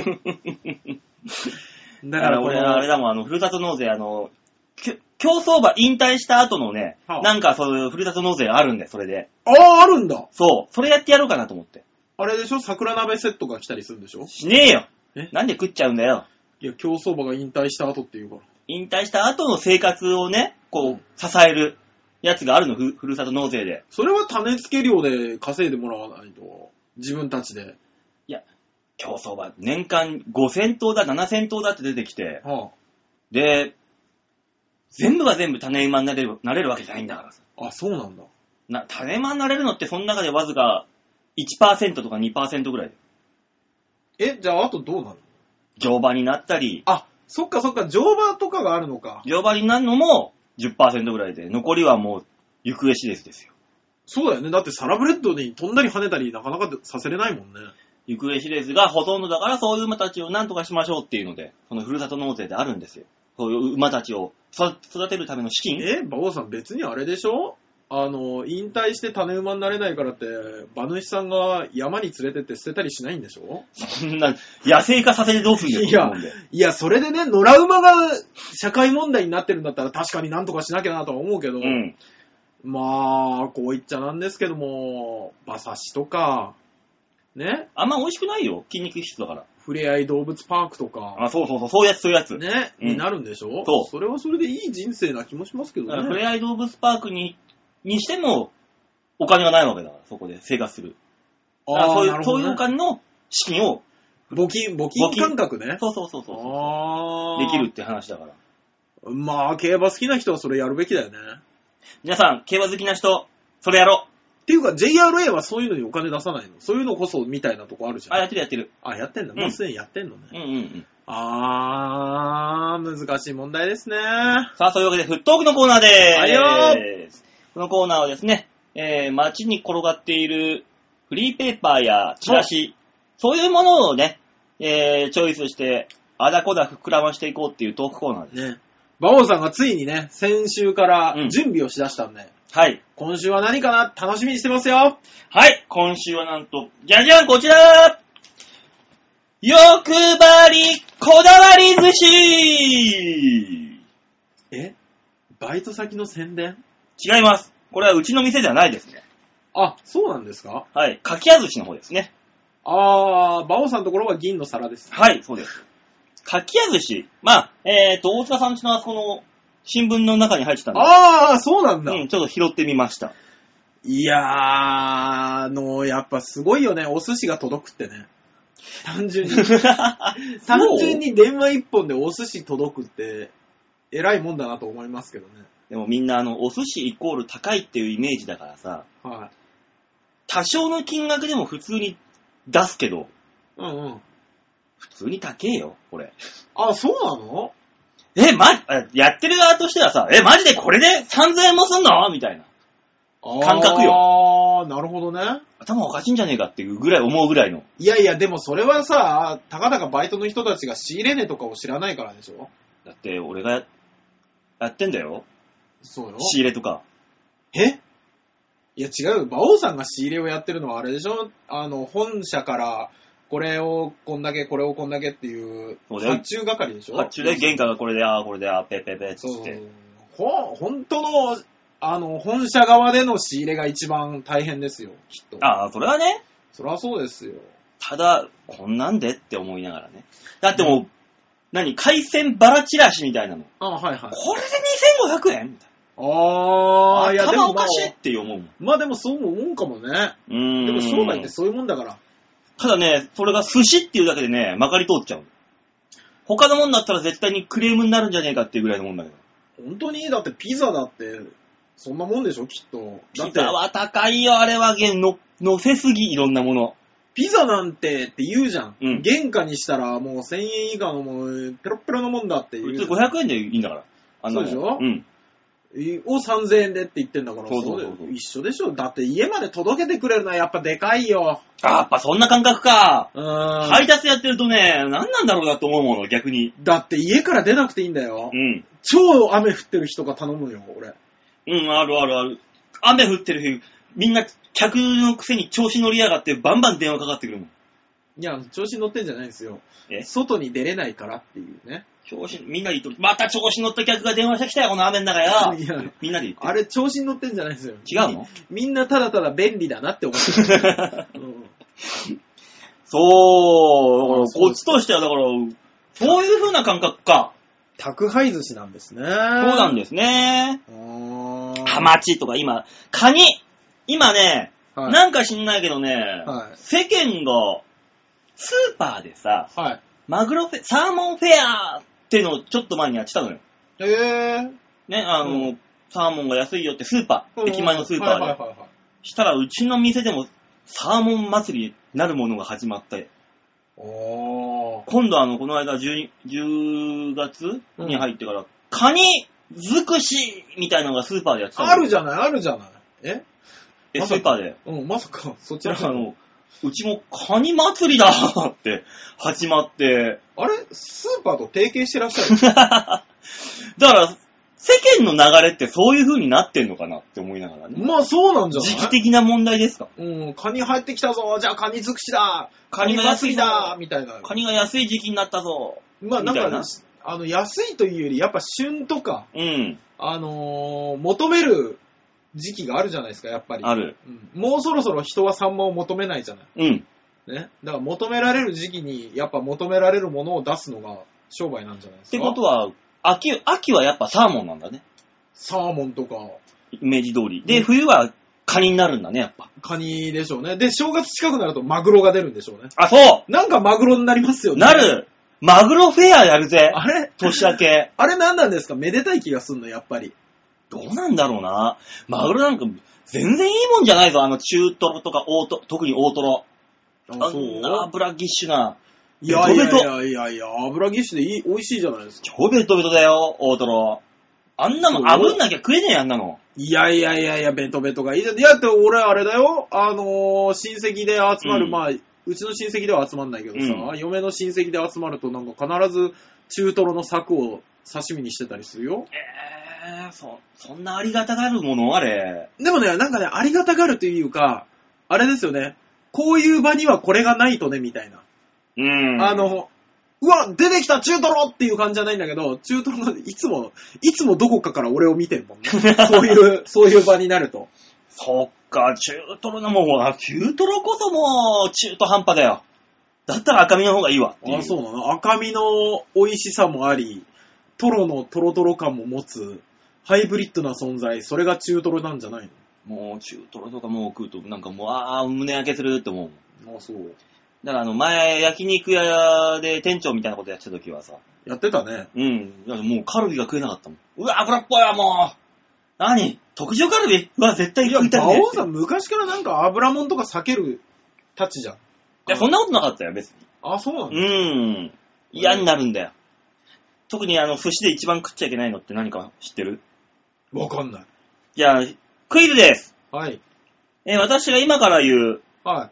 [SPEAKER 2] だから俺、あれだもん、あの、ふるさと納税、あの、競走馬引退した後のね、はあ、なんかそういうふるさと納税あるんだよ、それで。
[SPEAKER 3] ああ、あるんだ。
[SPEAKER 2] そう。それやってやろうかなと思って。
[SPEAKER 3] あれでしょ桜鍋セットが来たりするんでしょ
[SPEAKER 2] しねえよ。えなんで食っちゃうんだよ。
[SPEAKER 3] いや、競走馬が引退した後っていうから。
[SPEAKER 2] 引退した後の生活をね、こう、うん、支えるやつがあるの、ふ, ふるさと納税で。
[SPEAKER 3] それは種付け料で稼いでもらわないと。自分たちで。
[SPEAKER 2] いや、競走馬、年間ごせん頭だ、ななせん頭だって出てきて、はあ、で、全部が全部種馬になれる、なれるわけじゃないんだからさ。
[SPEAKER 3] あ、そうなんだ。
[SPEAKER 2] な、種馬になれるのってその中でわずか いちパーセント とか にパーセント ぐらい。
[SPEAKER 3] え、じゃああとどうなるの？
[SPEAKER 2] 乗馬になったり。
[SPEAKER 3] あ、そっかそっか、乗馬とかがあるのか。
[SPEAKER 2] 乗馬になるのも じゅっパーセント ぐらいで、残りはもう行方知れずですよ。
[SPEAKER 3] そうだよね。だってサラブレッドに飛んだり跳ねたりなかなかさせれないもんね。
[SPEAKER 2] 行方知れずがほとんどだからそういう馬たちを何とかしましょうっていうので、このふるさと納税であるんですよ。そういう馬たちを育てるための資金。
[SPEAKER 3] え、馬王さん別にあれでしょ？あの、引退して種馬になれないからって、馬主さんが山に連れてって捨てたりしないんでしょ？
[SPEAKER 2] そんな、野生化させてどうすんだよ。
[SPEAKER 3] いや、いや、それでね、野良馬が社会問題になってるんだったら確かになんとかしなきゃなとは思うけど、うん、まあ、こう言っちゃなんですけども、馬刺しとか、ね。
[SPEAKER 2] あんま美味しくないよ、筋肉質だから。
[SPEAKER 3] ふれあい動物パークとか。
[SPEAKER 2] あ、そうそうそう、そういうやつ、そういうやつ。
[SPEAKER 3] ね、うん、になるんでしょ？そう。それはそれでいい人生な気もしますけどね。
[SPEAKER 2] ふれあい動物パークに、にしても、お金がないわけだから、そこで生活する。ああ、そういう、ね、そういうお金の資金を、
[SPEAKER 3] 募金、募金感覚ね。
[SPEAKER 2] そうそうそうそう。あできるって話だから。
[SPEAKER 3] まあ、競馬好きな人はそれやるべきだよね。
[SPEAKER 2] 皆さん、競馬好きな人、それやろう。
[SPEAKER 3] っていうか、ジェイアールエー はそういうのにお金出さないの？そういうのこそみたいなとこあるじゃん。
[SPEAKER 2] あ、やってるやってる。
[SPEAKER 3] あ、やってんだ。もうすでにやってんのね。
[SPEAKER 2] うんうんうん。
[SPEAKER 3] あー、難しい問題ですね。
[SPEAKER 2] さあ、そういうわけで、フットークのコーナーでーす。
[SPEAKER 3] はいよー。
[SPEAKER 2] このコーナーはですね、えー、街に転がっているフリーペーパーやチラシ、そういうものをね、えー、チョイスして、あだこだ膨らましていこうっていうトークコーナーです。
[SPEAKER 3] ね。馬王さんがついにね、先週から準備をしだしたんで、うん、
[SPEAKER 2] はい。
[SPEAKER 3] 今週は何かな楽しみにしてますよ。
[SPEAKER 2] はい。今週はなんと、じゃじゃんこちら欲張りこだわり寿司
[SPEAKER 3] えバイト先の宣伝？
[SPEAKER 2] 違います。これはうちの店ではないですね。
[SPEAKER 3] あ、そうなんですか？
[SPEAKER 2] はい。かきや寿司の方ですね。
[SPEAKER 3] あー、馬王さんのところは銀の皿です。
[SPEAKER 2] はい、そうです。かきや寿司。まあ、えーと、大塚さんちのあそこの新聞の中に入ってたんで。
[SPEAKER 3] あー、そうなんだ。
[SPEAKER 2] うん、ちょっと拾ってみました。
[SPEAKER 3] いやー、あの、やっぱすごいよね、お寿司が届くってね。単純に。単純に電話一本でお寿司届くって、偉いもんだなと思いますけどね。
[SPEAKER 2] でもみんなあの、お寿司イコール高いっていうイメージだからさ、
[SPEAKER 3] はい。
[SPEAKER 2] 多少の金額でも普通に出すけど。
[SPEAKER 3] うんうん。
[SPEAKER 2] 普通に高えよ、これ。
[SPEAKER 3] あ、そうなの？
[SPEAKER 2] え、ま、やってる側としてはさ、え、マジでこれでさんぜんえんもすんのみたいな。感覚よ。
[SPEAKER 3] ああ、なるほどね。
[SPEAKER 2] 頭おかしいんじゃねえかっていうぐらい思うぐらいの。
[SPEAKER 3] いやいや、でもそれはさ、たかだかバイトの人たちが仕入れ値とかを知らないからでしょ？
[SPEAKER 2] だって俺が や, やってんだよ。
[SPEAKER 3] そうよ。
[SPEAKER 2] 仕入れとか。
[SPEAKER 3] え？いや違うよ。馬王さんが仕入れをやってるのはあれでしょ？あの、本社からこれをこんだけ、これをこんだけっていう発注係でしょ？
[SPEAKER 2] 発注で原価がこれで、ああ、これで、ああ、ペーペーペーって。
[SPEAKER 3] そう。ほ、本当の、あの、本社側での仕入れが一番大変ですよ、きっと。
[SPEAKER 2] ああ、それはね。
[SPEAKER 3] それはそうですよ。た
[SPEAKER 2] だ、こんなんでって思いながらね。だってもう、うん、何海鮮バラチラシみたいなの。
[SPEAKER 3] ああ、はいはい。
[SPEAKER 2] これでにせんごひゃくえんみたいな。ああ、いやでも、頭おかしいって思うもん。
[SPEAKER 3] まあでもそう思うかもね。うん。でも商売ってそういうもんだから。
[SPEAKER 2] ただね、それが寿司っていうだけでね、まかり通っちゃう。他のもんだったら絶対にクレームになるんじゃねえかっていうぐらいのもんだけど。
[SPEAKER 3] 本当に？だってピザだって、そんなもんでしょ、きっと。
[SPEAKER 2] ピザは高いよ、あれは。の、乗せすぎ、いろんなもの。
[SPEAKER 3] ピザなんてって言うじゃん。うん。原価にしたらもうせんえん以下のもう、ペロッペロのもんだって言う。
[SPEAKER 2] 普通ごひゃくえんでいいんだから。
[SPEAKER 3] あのそうでしょ？
[SPEAKER 2] うん。
[SPEAKER 3] をさんぜんえんでって言ってんだから、
[SPEAKER 2] そうそうそうそう。
[SPEAKER 3] 一緒でしょ。だって家まで届けてくれるのはやっぱでかいよ。
[SPEAKER 2] あ、やっぱそんな感覚か。うん。配達やってるとね、何なんだろうなと思うもの、逆に。
[SPEAKER 3] だって家から出なくていいんだよ。
[SPEAKER 2] うん。
[SPEAKER 3] 超雨降ってる人が頼むよ、俺。
[SPEAKER 2] うん、あるあるある。雨降ってる日、みんな客のくせに調子乗りやがってバンバン電話かかってくるもん。
[SPEAKER 3] いや、調子乗ってんじゃないんですよ。え？外に出れないからっていうね。
[SPEAKER 2] 調子、みんなで言うと、また調子乗った客が電話してきたよ、この雨の中よ。いや、みんなで言って。
[SPEAKER 3] あれ、調子に乗ってんじゃないですよ。
[SPEAKER 2] 違うの？
[SPEAKER 3] みんなただただ便利だなって思ってる、うん。そう、だから
[SPEAKER 2] こっちとしては、だから、そういう風な感覚か。
[SPEAKER 3] 宅配寿司なんですね。そう
[SPEAKER 2] なんですね。ハマチとか今、カニ、今ね、はい、なんか知んないけどね、はい、世間が、スーパーでさ、はい、マグロフェ、サーモンフェアってのをちょっと前にやってたのよ。
[SPEAKER 3] へぇー。
[SPEAKER 2] ね、あの、うん、サーモンが安いよってスーパー、駅前のスーパーで。はいはいはいはい、したらうちの店でもサーモン祭りになるものが始まって、お今度あの、この間 10, じゅうがつに入ってから、うん、カニ尽くしみたいなのがスーパーでやってたの。
[SPEAKER 3] あるじゃない、あるじゃない。え
[SPEAKER 2] え、スーパーで。
[SPEAKER 3] うん、まさか、そちら
[SPEAKER 2] あの、うちもカニ祭りだって始まって。
[SPEAKER 3] あれスーパーと提携してらっしゃる
[SPEAKER 2] だから、世間の流れってそういう風になってんのかなって思いながらね。
[SPEAKER 3] まあそうなんじゃない？
[SPEAKER 2] 時期的な問題ですか？
[SPEAKER 3] うん、カニ入ってきたぞ、じゃあカニ尽くしだ、カニ祭りだみたいな。
[SPEAKER 2] カニが安い時期になったぞ。
[SPEAKER 3] まあなんか、なあの、安いというより、やっぱ旬とか、
[SPEAKER 2] うん。
[SPEAKER 3] あのー、求める時期があるじゃないですか、やっぱり。
[SPEAKER 2] ある。
[SPEAKER 3] うん、もうそろそろ人はサンマを求めないじゃない。
[SPEAKER 2] うん。
[SPEAKER 3] ね。だから求められる時期に、やっぱ求められるものを出すのが商売なんじゃないですか。
[SPEAKER 2] ってことは、秋、秋はやっぱサーモンなんだね。
[SPEAKER 3] サーモンとか。
[SPEAKER 2] イメージ通り。で、うん、冬はカニになるんだね、やっぱ。
[SPEAKER 3] カニでしょうね。で、正月近くなるとマグロが出るんでしょうね。
[SPEAKER 2] あ、そう
[SPEAKER 3] なんかマグロになりますよね。
[SPEAKER 2] なるマグロフェアやるぜ。
[SPEAKER 3] あれ
[SPEAKER 2] 年明け。
[SPEAKER 3] あれ何なんですか？めでたい気がすんの、やっぱり。
[SPEAKER 2] どうなんだろうな。マグロなんか全然いいもんじゃないぞ。あの中トロとか大トロ、特に大トロ。あんな油ギッシュな。
[SPEAKER 3] いやいやいやいやいや、油ギッシュでいい、美味しいじゃないですか。
[SPEAKER 2] 超ベトベトだよ、大トロ。あんなもん炙んなきゃ食えねえよ、あんなの。
[SPEAKER 3] いやいやいやいや、ベトベトがいいじゃん。いや、って俺あれだよ。あのー、親戚で集まる、うん、まあ、うちの親戚では集まんないけどさ、うん、嫁の親戚で集まるとなんか必ず中トロの柵を刺身にしてたりするよ。
[SPEAKER 2] えー、そ、そんなありがたがるものあれ。
[SPEAKER 3] でもね、なんかね、ありがたがるというか、あれですよね。こういう場にはこれがないとね、みたいな。
[SPEAKER 2] うん。
[SPEAKER 3] あの、うわ、出てきた中トロっていう感じじゃないんだけど、中トロがいつも、いつもどこかから俺を見てるもんね。そういう、そういう場になると。
[SPEAKER 2] そっか、中トロのもう、中トロこそもう、中途半端だよ。だったら赤身の方がいいわっていう。
[SPEAKER 3] あ、そうなの。赤身の美味しさもあり、トロのトロトロ感も持つ、ハイブリッドな存在、それが中トロなんじゃない
[SPEAKER 2] の？もう中トロとかもう食うと、なんかもう、あー、胸焼けするって思う。
[SPEAKER 3] あ、そう。
[SPEAKER 2] だからあの、前、焼肉屋で店長みたいなことやってた時はさ。
[SPEAKER 3] やってたね。
[SPEAKER 2] うん。もうカルビが食えなかったもん。うわ、油っぽいわ、もう。何？特上カルビ？うわ、絶対食いたいね。
[SPEAKER 3] 馬王さん昔からなんか油もんとか避けるたちじゃん。
[SPEAKER 2] いや、そんなことなかったよ、別に。
[SPEAKER 3] あ、そうなんだ。
[SPEAKER 2] うん。嫌になるんだよ。特にあの、寿司で一番食っちゃいけないのって何か知ってる？
[SPEAKER 3] わかんない。
[SPEAKER 2] じゃあ、クイズです。
[SPEAKER 3] はい。
[SPEAKER 2] えー、私が今から言う、
[SPEAKER 3] はい。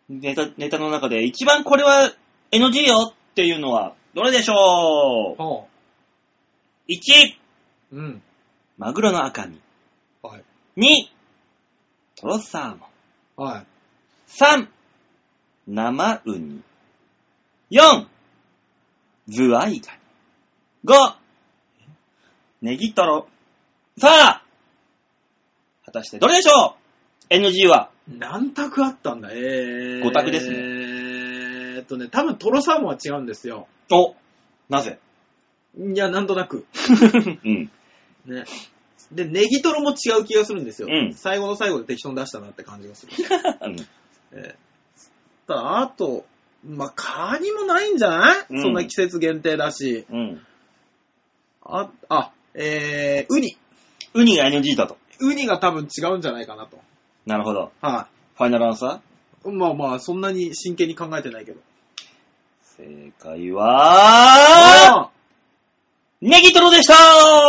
[SPEAKER 2] ネタ、ネタの中で一番これは エヌジー よっていうのは、どれでしょう？はあ、いち、うん。マグロの赤身。はい。に、トロサーモン。はい。さん、生ウニ。よん、ズワイガニ。ご、ネギトロ。さあ、果たしてどれでしょう？ エヌジー は。
[SPEAKER 3] 何択あったんだ。えー。
[SPEAKER 2] ご択ですね。
[SPEAKER 3] えーっとね、多分トロサーモンは違うんですよ。
[SPEAKER 2] お、なぜ？
[SPEAKER 3] いや、なんとなく。
[SPEAKER 2] うん。
[SPEAKER 3] ね。で、ネギトロも違う気がするんですよ。
[SPEAKER 2] うん。
[SPEAKER 3] 最後の最後で適当に出したなって感じがする。
[SPEAKER 2] うん、
[SPEAKER 3] えー、ただ、あと、まあ、カニもないんじゃない、うん、そんな季節限定だし。うん。あ、あ、えー、ウニ。
[SPEAKER 2] ウニが エヌジー だと。
[SPEAKER 3] ウニが多分違うんじゃないかなと。
[SPEAKER 2] なるほど。
[SPEAKER 3] はい、
[SPEAKER 2] ファイナルアンサ
[SPEAKER 3] ー？まあまあ、そんなに真剣に考えてないけど。
[SPEAKER 2] 正解は、ネギトロでしたー。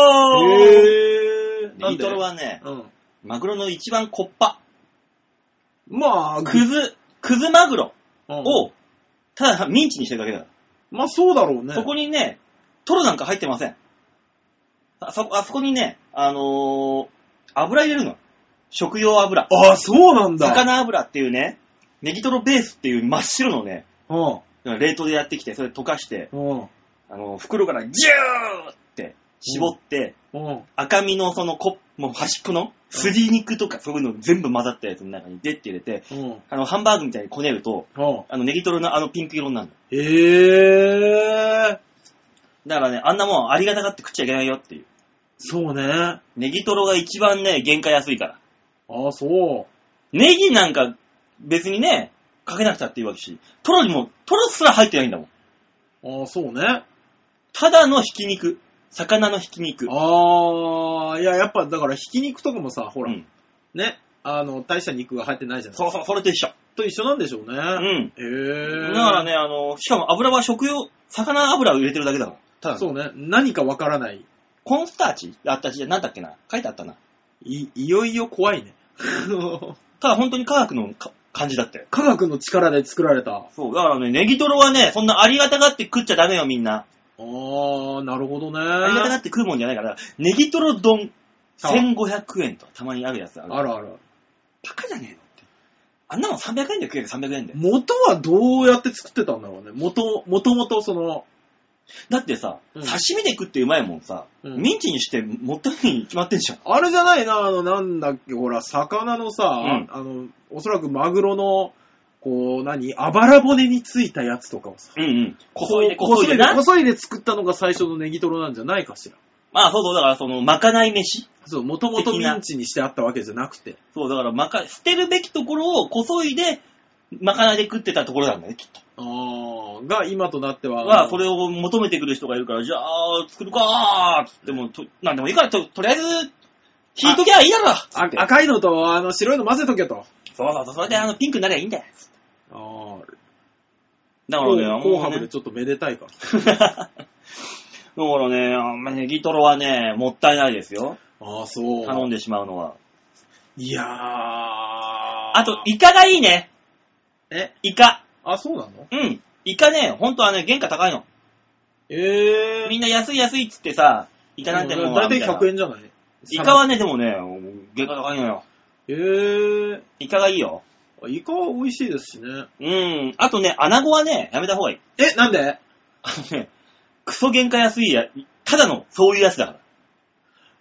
[SPEAKER 2] へー。ネギトロはね、うん、マグロの一番コッパ。まあ、クズ、クズマグロを、うん、ただミンチにしてるだけだから。
[SPEAKER 3] まあそうだろうね。
[SPEAKER 2] そこにね、トロなんか入ってません。あそ、あそこにね、あのー、油入れるの。食用油。
[SPEAKER 3] ああ、そうなんだ。
[SPEAKER 2] 魚油っていうね、ネギトロベースっていう真っ白のね、うん、冷凍でやってきて、それ溶かして、うん、あの、袋からギューって絞って、うん、赤身のそのこ、もう端っこの、すり肉とかそういうの全部混ざったやつの中にデッて入れて、うん、あの、ハンバーグみたいにこねると、うん、あの、ネギトロのあのピンク色になるの。
[SPEAKER 3] へー。
[SPEAKER 2] だからね、あんなもんありがたがって食っちゃいけないよっていう。
[SPEAKER 3] そうね。
[SPEAKER 2] ネギトロが一番ね、原価安いから。
[SPEAKER 3] ああ、そう。
[SPEAKER 2] ネギなんか別にね、かけなくたっていいわけし、トロにも、トロすら入ってないんだもん。
[SPEAKER 3] ああ、そうね。
[SPEAKER 2] ただのひき肉。魚のひき肉。
[SPEAKER 3] ああ、いや、やっぱだからひき肉とかもさ、ほら、うん、ね、あの、大した肉が入ってないじゃない。
[SPEAKER 2] そうそう、それと一緒。
[SPEAKER 3] と一緒なんでしょうね。うん。へ
[SPEAKER 2] ー。だからね、あの、しかも油は食用、魚油を入れてるだけだから。
[SPEAKER 3] ただそうね、何かわからない。
[SPEAKER 2] コーンスターチあったし、なんだっけな、書いてあったな。
[SPEAKER 3] い、いよいよ怖いね。
[SPEAKER 2] ただ本当に科学の感じだったよ。
[SPEAKER 3] 科学の力で作られた。
[SPEAKER 2] そう、だからね、ネギトロはね、そんなありがたがって食っちゃダメよ、みんな。
[SPEAKER 3] あー、なるほどね。
[SPEAKER 2] ありがたがって食うもんじゃないから、ネギトロ丼せんごひゃくえんとたまにあるやつある。
[SPEAKER 3] あるある。
[SPEAKER 2] バカじゃねえのって。あんなもんさんびゃくえんで食える、さんびゃくえんで。
[SPEAKER 3] 元はどうやって作ってたんだろうね。元、もともとその、
[SPEAKER 2] だってさ、うん、刺身で食ってうまいもんさ、うん、ミンチにしてもったいないに決まってんじゃん。
[SPEAKER 3] あれじゃないな、あの、なんだっけ、ほら、魚のさ、うん、あの、おそらくマグロの、こう、何あばら骨についたやつとかをさ。
[SPEAKER 2] うんうん。こそいで、
[SPEAKER 3] こそいで、こそいで作ったのが最初のネギトロなんじゃないかしら。
[SPEAKER 2] まあそうそう、だからその、まかない飯。
[SPEAKER 3] そう、もともとミンチにしてあったわけじゃなくて。
[SPEAKER 2] そう、だからまか、捨てるべきところをこそいで、まかないで食ってたところなんだよね、きっと。
[SPEAKER 3] ああ、が今となっては。
[SPEAKER 2] は、それを求めてくる人がいるから、じゃあ、作るかーっつっても、となんでもいいから、と、とりあえず、引いときゃいいだろ
[SPEAKER 3] あ赤いのと、あの、白いの混ぜとけと。
[SPEAKER 2] そうそうそう、それであの、ピンクになりゃいいんだよ。ああ。だ
[SPEAKER 3] からね、紅白でちょっとめでたいから。
[SPEAKER 2] だからね、ネギトロはね、もったいないですよ。
[SPEAKER 3] ああ、そう。
[SPEAKER 2] 頼んでしまうのは。
[SPEAKER 3] いやー。
[SPEAKER 2] あと、イカがいいね。
[SPEAKER 3] え
[SPEAKER 2] イカ。
[SPEAKER 3] あ、そうなの？
[SPEAKER 2] うん。イカね、ほんとはね、原価高いの。
[SPEAKER 3] えー。
[SPEAKER 2] みんな安い安いっつってさ、イカなんてもう。
[SPEAKER 3] だいたいひゃくえんじゃない？
[SPEAKER 2] イカはね、でもね、原価高いのよ。
[SPEAKER 3] えー。
[SPEAKER 2] イカがいいよ。
[SPEAKER 3] イカは美味しいですしね。
[SPEAKER 2] うん。あとね、アナゴはね、やめた方がいい。
[SPEAKER 3] え、なんで？
[SPEAKER 2] あのね、クソ原価安いや、ただのそういうやつだから。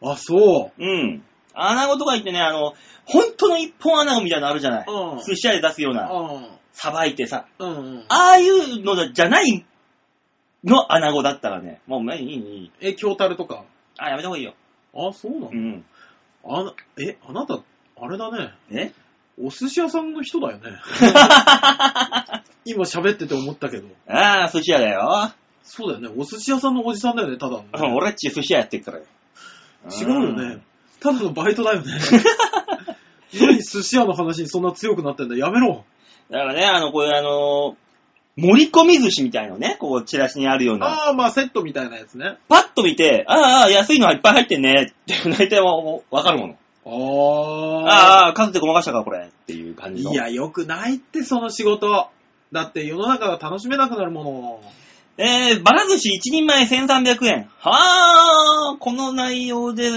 [SPEAKER 3] あ、そう。
[SPEAKER 2] うん。アナゴとか言ってね、あの、本当の一本アナゴみたいなのあるじゃない。うん。寿司屋で出すような。うん。さばいてさ。うん、うん。ああいうのじゃないのアナゴだったらね、もういい、いい。
[SPEAKER 3] え、京樽とか。
[SPEAKER 2] あ、やめた方がいいよ。
[SPEAKER 3] あ、そうなの？うん。あな、え、あなた、あれだね。
[SPEAKER 2] え？
[SPEAKER 3] お寿司屋さんの人だよね。今喋ってて思ったけど。
[SPEAKER 2] ああ、寿司屋だよ。
[SPEAKER 3] そうだよね。お寿司屋さんのおじさんだよね、ただの、ね。
[SPEAKER 2] うん、俺っち寿司屋やってるからよ。
[SPEAKER 3] 違うよね。ただのバイトだよね。何寿司屋の話にそんな強くなってんだ。やめろ。
[SPEAKER 2] だからね、あの、こういうあの、盛り込み寿司みたいのね、こう、チラシにあるような。
[SPEAKER 3] ああ、まあ、セットみたいなやつね。
[SPEAKER 2] パッと見て、ああ、安いのはいっぱい入ってんね、って、大体はわかるもの。
[SPEAKER 3] あ
[SPEAKER 2] ああ、数でごまかしたか、これ、っていう感じの。
[SPEAKER 3] いや、よくないって、その仕事。だって世の中が楽しめなくなるもの。
[SPEAKER 2] えー、バラ寿司いちにんまえせんさんびゃくえん。はあ、この内容で、うん、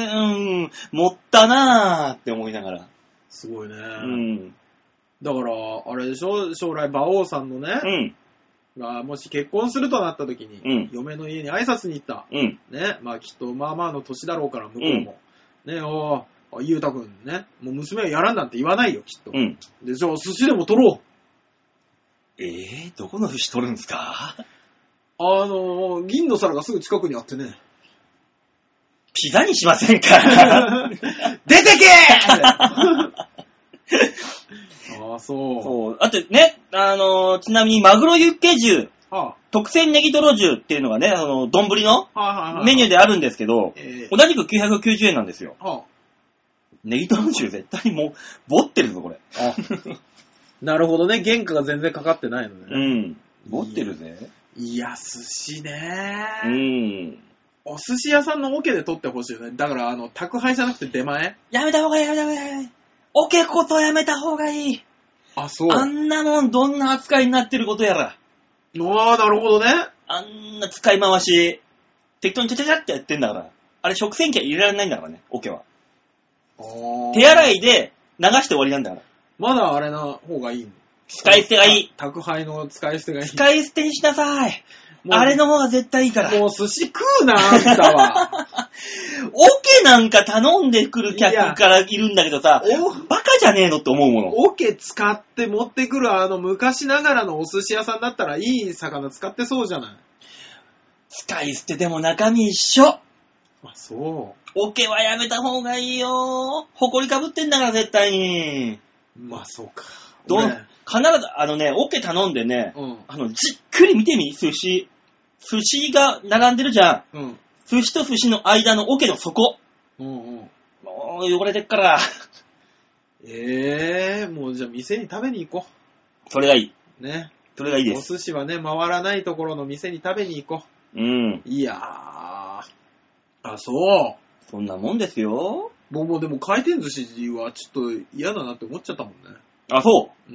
[SPEAKER 2] 持ったなーって思いながら。
[SPEAKER 3] すごいね。
[SPEAKER 2] うん。
[SPEAKER 3] だから、あれでしょ、将来馬王さんのね、うん、がもし結婚するとなった時に、うん、嫁の家に挨拶に行った。うん、ね、まあきっとまあまあの年だろうから、向こうも。うん、ね、おー、ゆうたくんね、もう娘はやらんなんて言わないよ、きっと。うん、で、じゃあ寿司でも取ろう。
[SPEAKER 2] えー、どこの寿司取るんですか？
[SPEAKER 3] あのー、銀の皿がすぐ近くにあってね。
[SPEAKER 2] ピザにしませんか？
[SPEAKER 3] 出てけーああ、そう。
[SPEAKER 2] そう。あとね、あのー、ちなみにマグロユッケ重、はあ、特選ネギトロ重っていうのがね、あの、丼のメニューであるんですけど、えー、同じくきゅうひゃくきゅうじゅうえんなんですよ。はあ、ネギトロ重絶対もう、ボってるぞ、これ。あ
[SPEAKER 3] なるほどね、原価が全然かかってないのね。
[SPEAKER 2] うん。ボってるぜ。
[SPEAKER 3] いや、寿司ねー。うん。お寿司屋さんのオケで取ってほしいよね。だから、あの、宅配じゃなくて出前
[SPEAKER 2] やめた方がいい、やめた方がいい。オケこそやめた方がいい。
[SPEAKER 3] あ、そう。
[SPEAKER 2] あんなもんどんな扱いになってることやら。
[SPEAKER 3] ああ、なるほどね。
[SPEAKER 2] あんな使い回し、適当にちゃちゃちゃってやってんだから。あれ、食洗機は入れられないんだからね、オケは。手洗いで流して終わりなんだから。
[SPEAKER 3] まだあれな方がいいの？
[SPEAKER 2] 使い捨てがいい。
[SPEAKER 3] 宅配の使い捨てがいい。
[SPEAKER 2] 使い捨てにしなさい。あれの方が絶対いいから。
[SPEAKER 3] もう寿司食うな、あんたは。
[SPEAKER 2] オケなんか頼んでくる客からいるんだけどさ、バカじゃねえのって思うもの。
[SPEAKER 3] オケ使って持ってくるあの昔ながらのお寿司屋さんだったらいい魚使ってそうじゃない。
[SPEAKER 2] 使い捨てでも中身一緒。
[SPEAKER 3] あ、そう。
[SPEAKER 2] オケはやめた方がいいよ。ほこりかぶってんだから絶対に。
[SPEAKER 3] まあそうか。
[SPEAKER 2] どう、ね、必ず、あのね、オケ頼んでね、うん、あの、じっくり見てみ、寿司。寿司が並んでるじゃん。うん、寿司と寿司の間のオケの底。うんうん、もう汚れてっから。
[SPEAKER 3] ええー、もうじゃあ店に食べに行こ
[SPEAKER 2] う。それがいい。
[SPEAKER 3] ね。
[SPEAKER 2] それがいいです。
[SPEAKER 3] お寿司はね、回らないところの店に食べに行こう。うん。いやー。あ、そう。
[SPEAKER 2] そんなもんですよ。
[SPEAKER 3] 僕もでも回転寿司はちょっと嫌だなって思っちゃったもんね。
[SPEAKER 2] あ、そう。うん。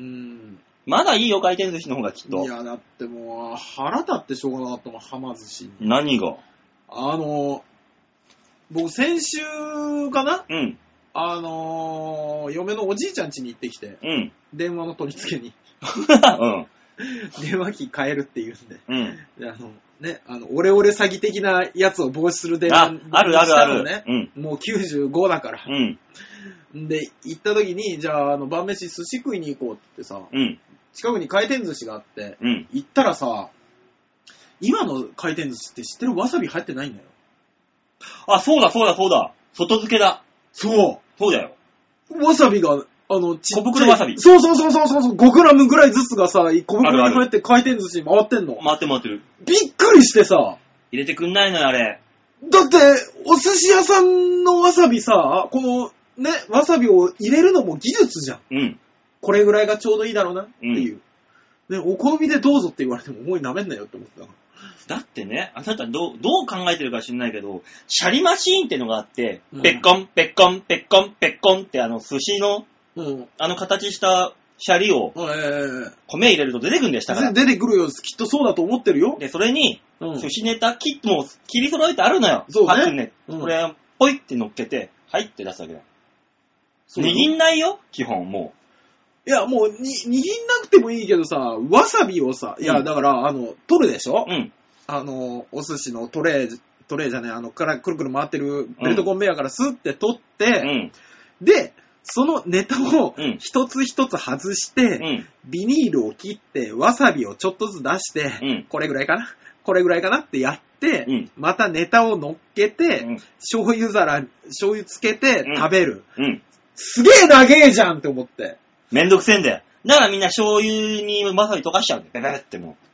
[SPEAKER 2] まだいいよ、回転寿司の方がきっと。
[SPEAKER 3] いや、だってもう、腹立ってしょうがなかったもん、はま寿司に。
[SPEAKER 2] 何が？
[SPEAKER 3] あの、僕先週かな？うん。あのー、嫁のおじいちゃん家に行ってきて、うん。電話の取り付けに。うん。電話機変えるって言うんで。うん。で、あの、ね、あの、オレオレ詐欺的なやつを防止する電話、
[SPEAKER 2] ね。あ、あるあるある。
[SPEAKER 3] うん。もうきゅうじゅうごだから。うん。で、行った時に、じゃあ、あの、晩飯寿司食いに行こうってさ、うん。近くに回転寿司があって、うん。行ったらさ、今の回転寿司って知ってるわさび入ってないんだよ。
[SPEAKER 2] あ、そうだそうだそうだ。外付けだ。
[SPEAKER 3] そう。
[SPEAKER 2] そうだよ。
[SPEAKER 3] わさびが、あの、
[SPEAKER 2] ちっちゃい。小袋わさび。
[SPEAKER 3] そうそうそうそうそう。ごグラムぐらいずつがさ、小袋に入って回転寿司に回ってんの。
[SPEAKER 2] 回って回ってる。
[SPEAKER 3] びっくりしてさ。
[SPEAKER 2] 入れてくんないのよ、あれ。
[SPEAKER 3] だって、お寿司屋さんのわさびさ、この、ね、わさびを入れるのも技術じゃん。うん。これぐらいがちょうどいいだろうなっていう。うん、ね、お好みでどうぞって言われても思い舐めんなよって思ってた。
[SPEAKER 2] だってね、あなたどう、どう考えてるか知んないけど、シャリマシーンってのがあって、うん、ペッコン、ペッコン、ペッコン、ペッコンってあの寿司の、うん、あの形したシャリを、えー、米入れると出てくるんでしたから。
[SPEAKER 3] 出てくるよ。きっとそうだと思ってるよ。
[SPEAKER 2] で、それに、うん、寿司ネタキットも切り揃えてあるのよ。そうね。パックね。うん、これ、ポイって乗っけて、はいって出すだけだよ。握んないよ基本、も
[SPEAKER 3] う。いや、もう、に、握んなくてもいいけどさ、わさびをさ、いや、だから、あの、取るでしょ？うん。あの、お寿司のトレー、トレーじゃねえ、あの、から、くるくる回ってるベルトコンベヤーからスッて取って、うん、で、そのネタを一つ一つ外して、うん、ビニールを切って、わさびをちょっとずつ出して、うん、これぐらいかなこれぐらいかなってやって、うん、またネタを乗っけて、うん、醤油皿、醤油つけて食べる。うんうん、すげえ長えじゃんって思って。
[SPEAKER 2] めんどくせえんだよ。だからみんな醤油にわさび溶かしちゃうんだよ。ベベってもう。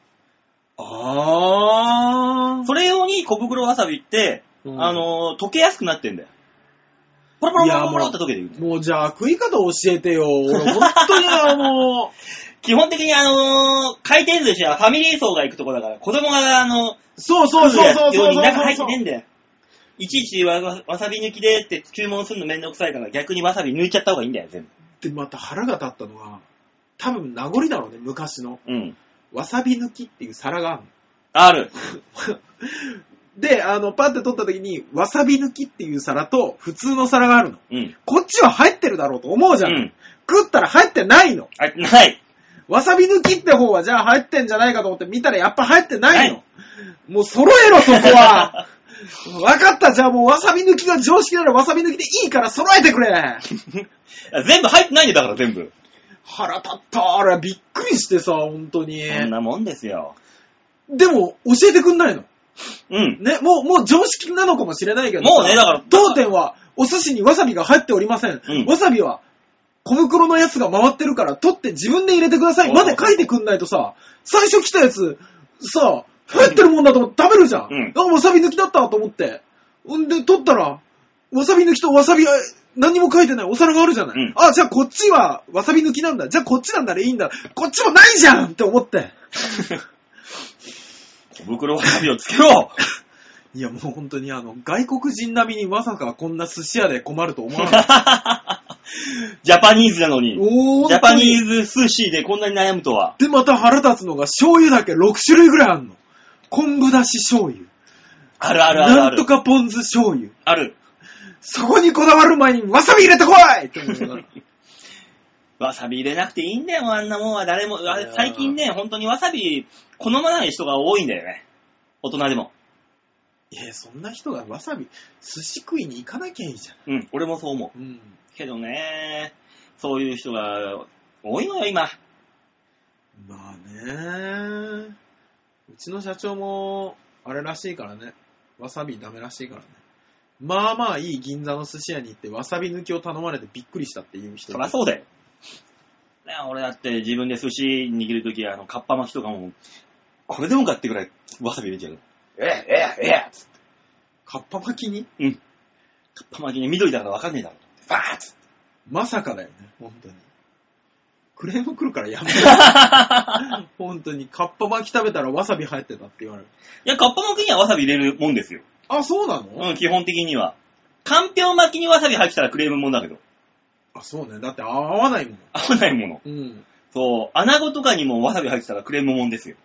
[SPEAKER 3] あー。
[SPEAKER 2] それ用に小袋わさびって、うん、あの、溶けやすくなってんだよ。 ポロポロポロポロって溶けていく。
[SPEAKER 3] もうじゃあ食い方教えてよ。俺本当にあの、
[SPEAKER 2] 基本的にあのー、回転寿司はファミリー層が行くとこだから、子供があの、
[SPEAKER 3] そうそうそうそうそう。
[SPEAKER 2] 中入ってねえんだよ。いちいちわ, わさび抜きでって注文するのめんどくさいから逆にわさび抜いちゃった方がいいんだよ、全部。
[SPEAKER 3] で、また腹が立ったのは、多分名残だろうね、昔の。
[SPEAKER 2] うん。
[SPEAKER 3] わさび抜きっていう皿があるの。
[SPEAKER 2] ある。
[SPEAKER 3] で、あの、パッて取った時に、わさび抜きっていう皿と普通の皿があるの。
[SPEAKER 2] うん。
[SPEAKER 3] こっちは入ってるだろうと思うじゃん。うん。食ったら入ってないの。
[SPEAKER 2] 入ってない。
[SPEAKER 3] わさび抜きって方はじゃあ入ってんじゃないかと思って見たらやっぱ入ってないの。はい、もう揃えろ、そこは。わかった、じゃあもうわさび抜きが常識ならわさび抜きでいいから揃えてくれ。
[SPEAKER 2] 全部入ってないんだから全部。
[SPEAKER 3] 腹立った。あれびっくりしてさ、本当に。
[SPEAKER 2] そんなもんですよ。
[SPEAKER 3] でも教えてくんないの。
[SPEAKER 2] うん。
[SPEAKER 3] ね、もう、もう常識なのかもしれないけど。
[SPEAKER 2] もうね、だから。
[SPEAKER 3] 当店はお寿司にわさびが入っておりません。うん、わさびは小袋のやつが回ってるから取って自分で入れてくださいまで書いてくんないとさ、最初来たやつ、さ、入ってるもんだと思って食べるじゃん。うん、あ、わさび抜きだったと思って。んで、取ったら、わさび抜きとわさび、何にも書いてないお皿があるじゃない。うん、あ、じゃあこっちはわさび抜きなんだ。じゃあこっちなんだらいいんだ。こっちもないじゃんって思って。
[SPEAKER 2] 小袋わさびをつけろ
[SPEAKER 3] いやもう本当にあの、外国人並みにまさかこんな寿司屋で困ると思わなかった。
[SPEAKER 2] ジャパニーズなのに。ジャパニーズ寿司でこんなに悩むとは。
[SPEAKER 3] で、また腹立つのが醤油だけろく種類ぐらいあるの。昆布だし醤油。
[SPEAKER 2] あるあるあるある。
[SPEAKER 3] なんとかポン酢醤油。
[SPEAKER 2] ある。
[SPEAKER 3] そこにこだわる前にわさび入れてこいって思うな。
[SPEAKER 2] わさび入れなくていいんだよ、あんなもんは誰も。最近ね、本当にわさび好まない人が多いんだよね。大人でも。
[SPEAKER 3] いや、そんな人がわさび、寿司食いに行かなきゃいいじゃん。
[SPEAKER 2] うん、俺もそう思う。うん、けどね、そういう人が多いのよ、今。
[SPEAKER 3] まあね。うちの社長も、あれらしいからね。わさびダメらしいからね。まあまあいい銀座の寿司屋に行ってわさび抜きを頼まれてびっくりしたっていう人。
[SPEAKER 2] そりゃそうだよ。ね、俺だって自分で寿司握るとき、あの、かっぱ巻きとかも、これでもかってぐらいわさび入れちゃう。ええ、ええ、つって。
[SPEAKER 3] かっぱ巻きに
[SPEAKER 2] うん。かっぱ巻きに緑だからわかんねえだろ。バーッつって。
[SPEAKER 3] まさかだよね、本当に。クレーム来るからやめろ。本当に、かっぱ巻き食べたらわさび入ってたって言われる。
[SPEAKER 2] いや、かっぱ巻きにはわさび入れるもんですよ。
[SPEAKER 3] あ、そうなの？
[SPEAKER 2] うん、基本的には。かんぴょう巻きにわさび入ってたらクレームもんだけど。
[SPEAKER 3] あ、そうね。だって合わないもん。
[SPEAKER 2] 合わないもの。うん。そう、穴子とかにもわさび入ってたらクレームもんですよ。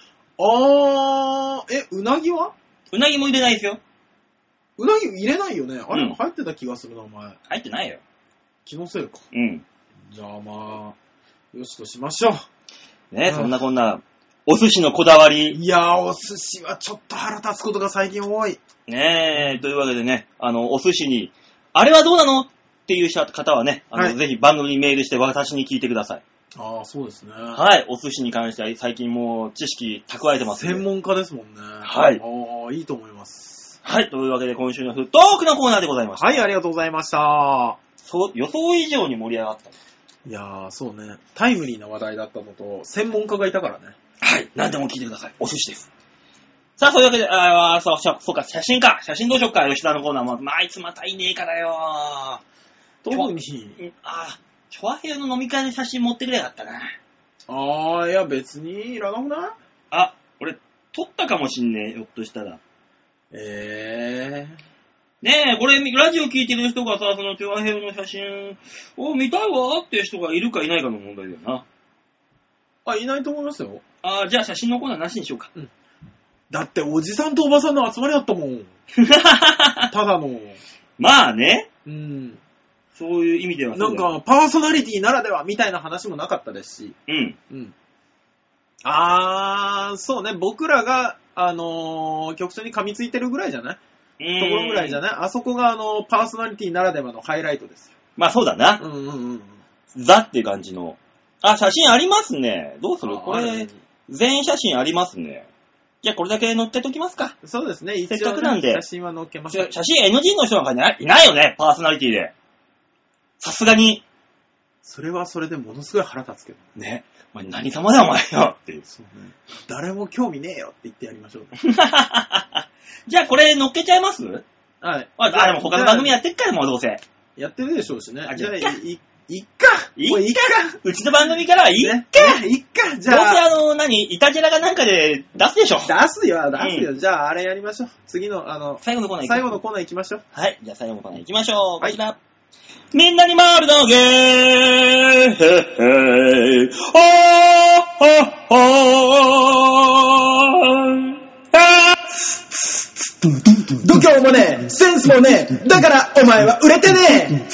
[SPEAKER 3] あー、え、うなぎは？
[SPEAKER 2] うなぎも入れないですよ。
[SPEAKER 3] うなぎ入れないよね。あれ、うん、入ってた気がするな、お前。
[SPEAKER 2] 入ってないよ。
[SPEAKER 3] 気のせいか。
[SPEAKER 2] うん。
[SPEAKER 3] じゃあまあ、よしとしましょう。
[SPEAKER 2] ねえ、そんなこんな、お寿司のこだわり。
[SPEAKER 3] いやー、お寿司はちょっと腹立つことが最近多い。
[SPEAKER 2] ねえ、というわけでね、あの、お寿司に、あれはどうなのっていう方はね、あの、はい、ぜひ番組にメールして私に聞いてください。
[SPEAKER 3] ああ、そうですね。
[SPEAKER 2] はい、お寿司に関しては最近もう知識蓄えてますね。
[SPEAKER 3] 専門家ですもんね。
[SPEAKER 2] はい。
[SPEAKER 3] ああ、いいと思います。
[SPEAKER 2] はい、というわけで今週のフットークのコーナーでございました。
[SPEAKER 3] はい、ありがとうございました。
[SPEAKER 2] そう、予想以上に盛り上がった。
[SPEAKER 3] いやー、そうね。タイムリーな話題だったのと、専門家がいたからね。
[SPEAKER 2] はい、何でも聞いてください。お寿司です。さあ、そういうわけで、あー、そう、そうか、写真か。写真どうしよっか、吉田のコーナーも。まあ、いつまたいねえからよー。
[SPEAKER 3] 特に。
[SPEAKER 2] あー、チョアヘヨの飲み会の写真持ってくれやがったな。
[SPEAKER 3] あー、いや別にいらなくない？
[SPEAKER 2] あ、俺、撮ったかもしんねえ、ひょっとしたら。
[SPEAKER 3] え
[SPEAKER 2] ー。ねえ、これ、ラジオ聞いてる人がさ、そのチョアヘヨの写真を見たいわっていう人がいるかいないかの問題だよな。
[SPEAKER 3] あ、いないと思いますよ。
[SPEAKER 2] あー、じゃあ写真のコーナーなしにしようか。うん。
[SPEAKER 3] だっておじさんとおばさんの集まりだったもん。ただの。
[SPEAKER 2] まあね。
[SPEAKER 3] うん。
[SPEAKER 2] そういう意味ではそうだ。
[SPEAKER 3] なんか、パーソナリティならではみたいな話もなかったですし。
[SPEAKER 2] うん。
[SPEAKER 3] うん。あー、そうね。僕らが、あのー、局長に噛みついてるぐらいじゃない？ところぐらいじゃない？あそこが、あの、パーソナリティならではのハイライトですよ。
[SPEAKER 2] まあそうだな。
[SPEAKER 3] うんうんうん。
[SPEAKER 2] ザっていう感じの。あ、写真ありますね。どうする？これ、全員写真ありますね。じゃあこれだけ載っけときますか。
[SPEAKER 3] そうですね。
[SPEAKER 2] せっかくなんで。
[SPEAKER 3] 写真は載っけます。
[SPEAKER 2] 写真 エヌジー の人なんかいないよね。パーソナリティで。さすがに。
[SPEAKER 3] それはそれでものすごい腹立つけど。
[SPEAKER 2] ね。お前何様だよお前よっていう。
[SPEAKER 3] そうね。誰も興味ねえよって言ってやりましょう。
[SPEAKER 2] じゃあこれ載っけちゃいます？
[SPEAKER 3] はい。
[SPEAKER 2] あ、でも他の番組やってっからもうどうせ。
[SPEAKER 3] やってるでしょうしね。
[SPEAKER 2] あ、
[SPEAKER 3] じゃあ、
[SPEAKER 2] じゃあ
[SPEAKER 3] い、いっか。
[SPEAKER 2] いっ
[SPEAKER 3] もういっか。
[SPEAKER 2] うちの番組からはいっか。
[SPEAKER 3] ね、いっか。じ
[SPEAKER 2] どうせ
[SPEAKER 3] ゃあ。
[SPEAKER 2] あの、何、イタジェラかなんかで出すでしょ。
[SPEAKER 3] 出すよ、出すよ。うん、じゃあ、あれやりましょう。次の、あの、
[SPEAKER 2] 最後のコーナー行き
[SPEAKER 3] 最後のコーナー行きましょう。
[SPEAKER 2] はい。じゃあ最後のコーナー行きましょう。
[SPEAKER 3] はい。
[SPEAKER 2] こちら。みんなに回るのゲームおー
[SPEAKER 1] 度胸もねえ、センスもねえ、だからお前は売れてねえ。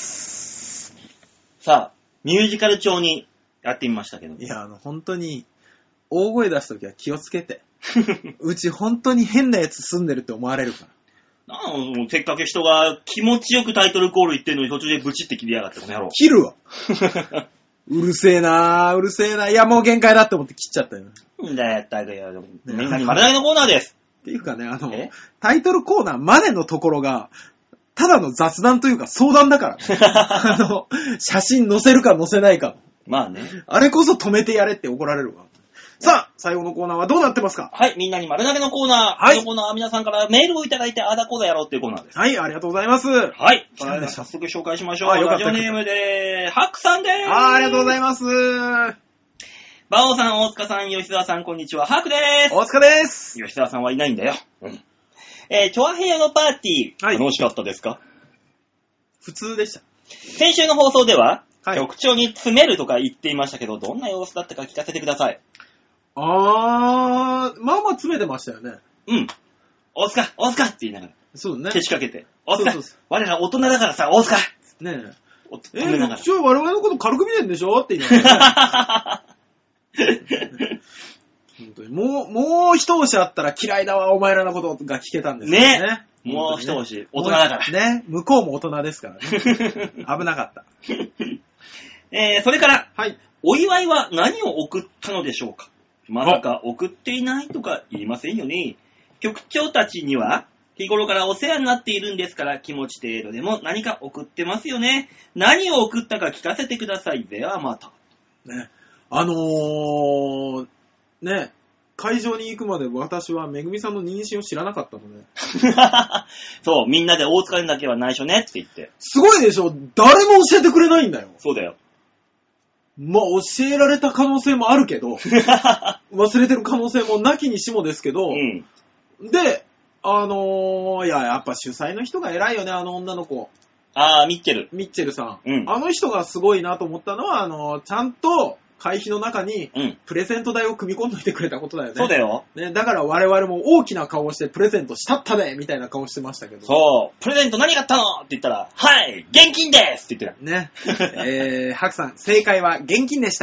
[SPEAKER 2] さあ、ミュージカル調にやってみましたけど。
[SPEAKER 3] いや、あの、本当に、大声出すときは気をつけて。うち本当に変なやつ住んでるって思われるから。
[SPEAKER 2] なあ、もうせっかく人が気持ちよくタイトルコール言ってんのに途中でブチって切りやがってこの野郎。
[SPEAKER 3] 切るわ。うるせえなー、うるせえなー。いや、もう限界だって思って切っちゃったよ。
[SPEAKER 2] んだよ、ったくよ。みんなに丸投げのコーナーです。
[SPEAKER 3] っていうかね、あの、タイトルコーナーまでのところが、ただの雑談というか相談だから、ね。あの、写真載せるか載せないか。
[SPEAKER 2] まあね。
[SPEAKER 3] あれこそ止めてやれって怒られるわ。さあ、最後のコーナーはどうなってますか？
[SPEAKER 2] はい、みんなに丸投げのコーナー。はい。このコーナーは皆さんからメールをいただいて、あーだこーだやろうっていうコーナーです。
[SPEAKER 3] はい、ありがとうございます。
[SPEAKER 2] はい。
[SPEAKER 3] 来たんで
[SPEAKER 2] 早速紹介しましょう。
[SPEAKER 3] あ、よかった。
[SPEAKER 2] ラジオネームでー、ハックさんでーす。
[SPEAKER 3] あー、ありがとうございます。
[SPEAKER 2] バオさん、大塚さん、吉沢さん、こんにちは。ハックでーす。
[SPEAKER 3] 大塚です。
[SPEAKER 2] 吉沢さんはいないんだよ。うん。えー、チョアヘヨのパーティー、はい、楽しかったですか？
[SPEAKER 3] 普通でした。
[SPEAKER 2] 先週の放送では、
[SPEAKER 3] はい、
[SPEAKER 2] 局長に詰めるとか言っていましたけど、どんな様子だったか聞かせてください。
[SPEAKER 3] あー、まあまあ詰めてましたよね。
[SPEAKER 2] うん。大塚、大塚って言いながら。
[SPEAKER 3] そうね。
[SPEAKER 2] けしかけて。大塚、
[SPEAKER 3] そうそうそう、
[SPEAKER 2] 我ら大人だからさ、大塚
[SPEAKER 3] ねえ。
[SPEAKER 2] えー、
[SPEAKER 3] 局長は我々のこと軽く見てんでしょって言いながら、ね。本当にもう、もう一押しあったら嫌いだわ、お前らのことが聞けたんですよね。
[SPEAKER 2] ね。もう一押し、大人だから。
[SPEAKER 3] ね。向こうも大人ですからね。危なかった。
[SPEAKER 2] えー、それから、
[SPEAKER 3] はい。
[SPEAKER 2] お祝いは何を送ったのでしょうか？まさか送っていないとか言いませんよね。局長たちには日頃からお世話になっているんですから気持ち程度でも何か送ってますよね。何を送ったか聞かせてください。ではまた。
[SPEAKER 3] ね。あのー、ね。会場に行くまで私はめぐみさんの妊娠を知らなかったので。
[SPEAKER 2] そう、みんなで大塚にだけは内緒ねって言って。
[SPEAKER 3] すごいでしょ？誰も教えてくれないんだよ。
[SPEAKER 2] そうだよ。
[SPEAKER 3] まあ、教えられた可能性もあるけど、忘れてる可能性もなきにしもですけど、うん、で、あのー、いや、やっぱ主催の人が偉いよね、あの女の子。
[SPEAKER 2] あー、ミッチェル。
[SPEAKER 3] ミッチェルさん。
[SPEAKER 2] うん、
[SPEAKER 3] あの人がすごいなと思ったのは、あのー、ちゃんと、会費の中に、プレゼント代を組み込んどいてくれたことだよね。
[SPEAKER 2] そうだよ。
[SPEAKER 3] ね、だから我々も大きな顔をしてプレゼントしたったねみたいな顔してましたけど。
[SPEAKER 2] そう。プレゼント何買ったのって言ったら、はい、現金ですって言って
[SPEAKER 3] た。ね。えー、ハクさん、正解は現金でした。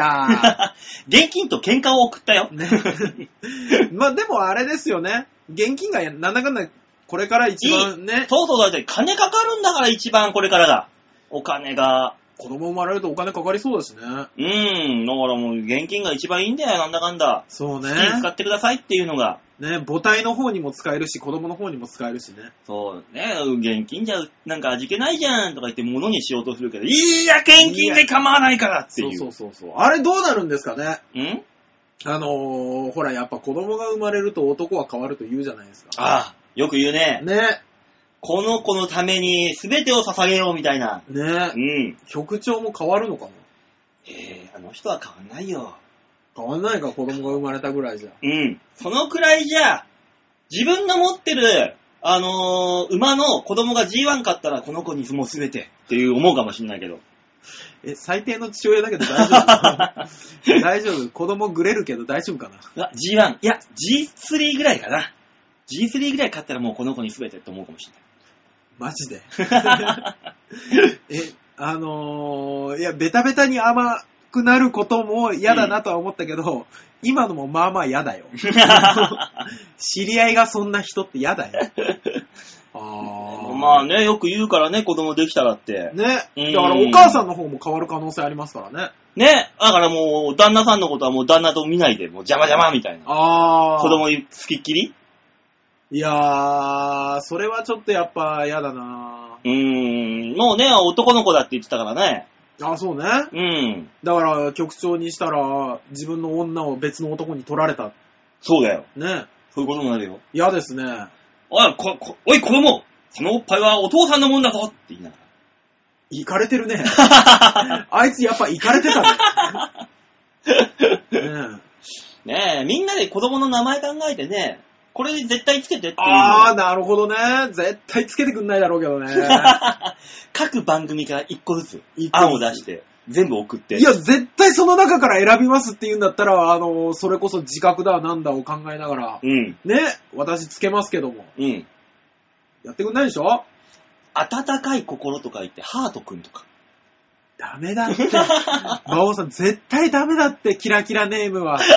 [SPEAKER 2] 現金と喧嘩を送ったよ。
[SPEAKER 3] ね。まあでもあれですよね。現金がなんだかんだこれから一番ね。いい
[SPEAKER 2] そうそう、だって金かかるんだから一番これからが。お金が。
[SPEAKER 3] 子供生まれるとお金かかりそうですね。
[SPEAKER 2] うん。だからもう現金が一番いいんだよ、なんだかんだ。
[SPEAKER 3] そうね。
[SPEAKER 2] 好きに使ってくださいっていうのが。
[SPEAKER 3] ね、母体の方にも使えるし、子供の方にも使えるしね。
[SPEAKER 2] そうね。現金じゃなんか味気ないじゃんとか言って物にしようとするけど、いや、現金で構わないからっていう。
[SPEAKER 3] そうそうそうそう。あれどうなるんですかね。
[SPEAKER 2] ん
[SPEAKER 3] あのー、ほら、やっぱ子供が生まれると男は変わると言うじゃないですか。
[SPEAKER 2] ああ、よく言うね。
[SPEAKER 3] ね。
[SPEAKER 2] この子のために全てを捧げようみたいな。
[SPEAKER 3] ね。
[SPEAKER 2] うん。
[SPEAKER 3] 局長も変わるのかも。
[SPEAKER 2] えー、あの人は変わんないよ。
[SPEAKER 3] 変わんないか、子供が生まれたぐらいじゃ。
[SPEAKER 2] うん。そのくらいじゃ、自分の持ってる、あのー、馬の子供が ジーワン 勝ったらこの子にもう全てっていう思うかもしれないけど。
[SPEAKER 3] え、最低の父親だけど大丈夫大丈夫子供グレるけど大丈夫かな。
[SPEAKER 2] あ、ジーワン。いや、ジースリー ぐらいかな。ジースリー ぐらい勝ったらもうこの子に全てって思うかもしれない。
[SPEAKER 3] マジでえ、あのー、いや、ベタベタに甘くなることも嫌だなとは思ったけど、うん、今のもまあまあ嫌だよ。知り合いがそんな人って嫌だよ。あ
[SPEAKER 2] まあね、よく言うからね、子供できたらって。
[SPEAKER 3] ね。だからお母さんの方も変わる可能性ありますからね。
[SPEAKER 2] ね。だからもう、旦那さんのことはもう旦那と見ないで、もう邪魔邪魔みたいな。
[SPEAKER 3] ああ。
[SPEAKER 2] 子供につきっきり
[SPEAKER 3] いやー、それはちょっとやっぱ嫌だな
[SPEAKER 2] うーん、もうね、男の子だって言ってたからね。
[SPEAKER 3] あ、そうね。
[SPEAKER 2] うん。
[SPEAKER 3] だから局長にしたら、自分の女を別の男に取られた。
[SPEAKER 2] そうだよ。
[SPEAKER 3] ね。
[SPEAKER 2] そういうことになるよ。
[SPEAKER 3] 嫌ですね。
[SPEAKER 2] おい、こ、こ、おい、子供そのおっぱいはお父さんのもんだぞって言いなが
[SPEAKER 3] イカれてるね。あいつやっぱイカれてたね。
[SPEAKER 2] ねねえ、みんなで子供の名前考えてね、これ絶対つけてっていう。
[SPEAKER 3] あー、なるほどね。絶対つけてくんないだろうけどね。
[SPEAKER 2] 各番組から一個ずつ案を出して、全部送って。
[SPEAKER 3] いや、絶対その中から選びますって言うんだったら、あの、それこそ自覚だなんだを考えながら、うん、ね、私つけますけども。うん。やってくんないでしょ？
[SPEAKER 2] 温かい心とか言って、ハートくんとか。
[SPEAKER 3] ダメだって。馬王さん、絶対ダメだって、キラキラネームは。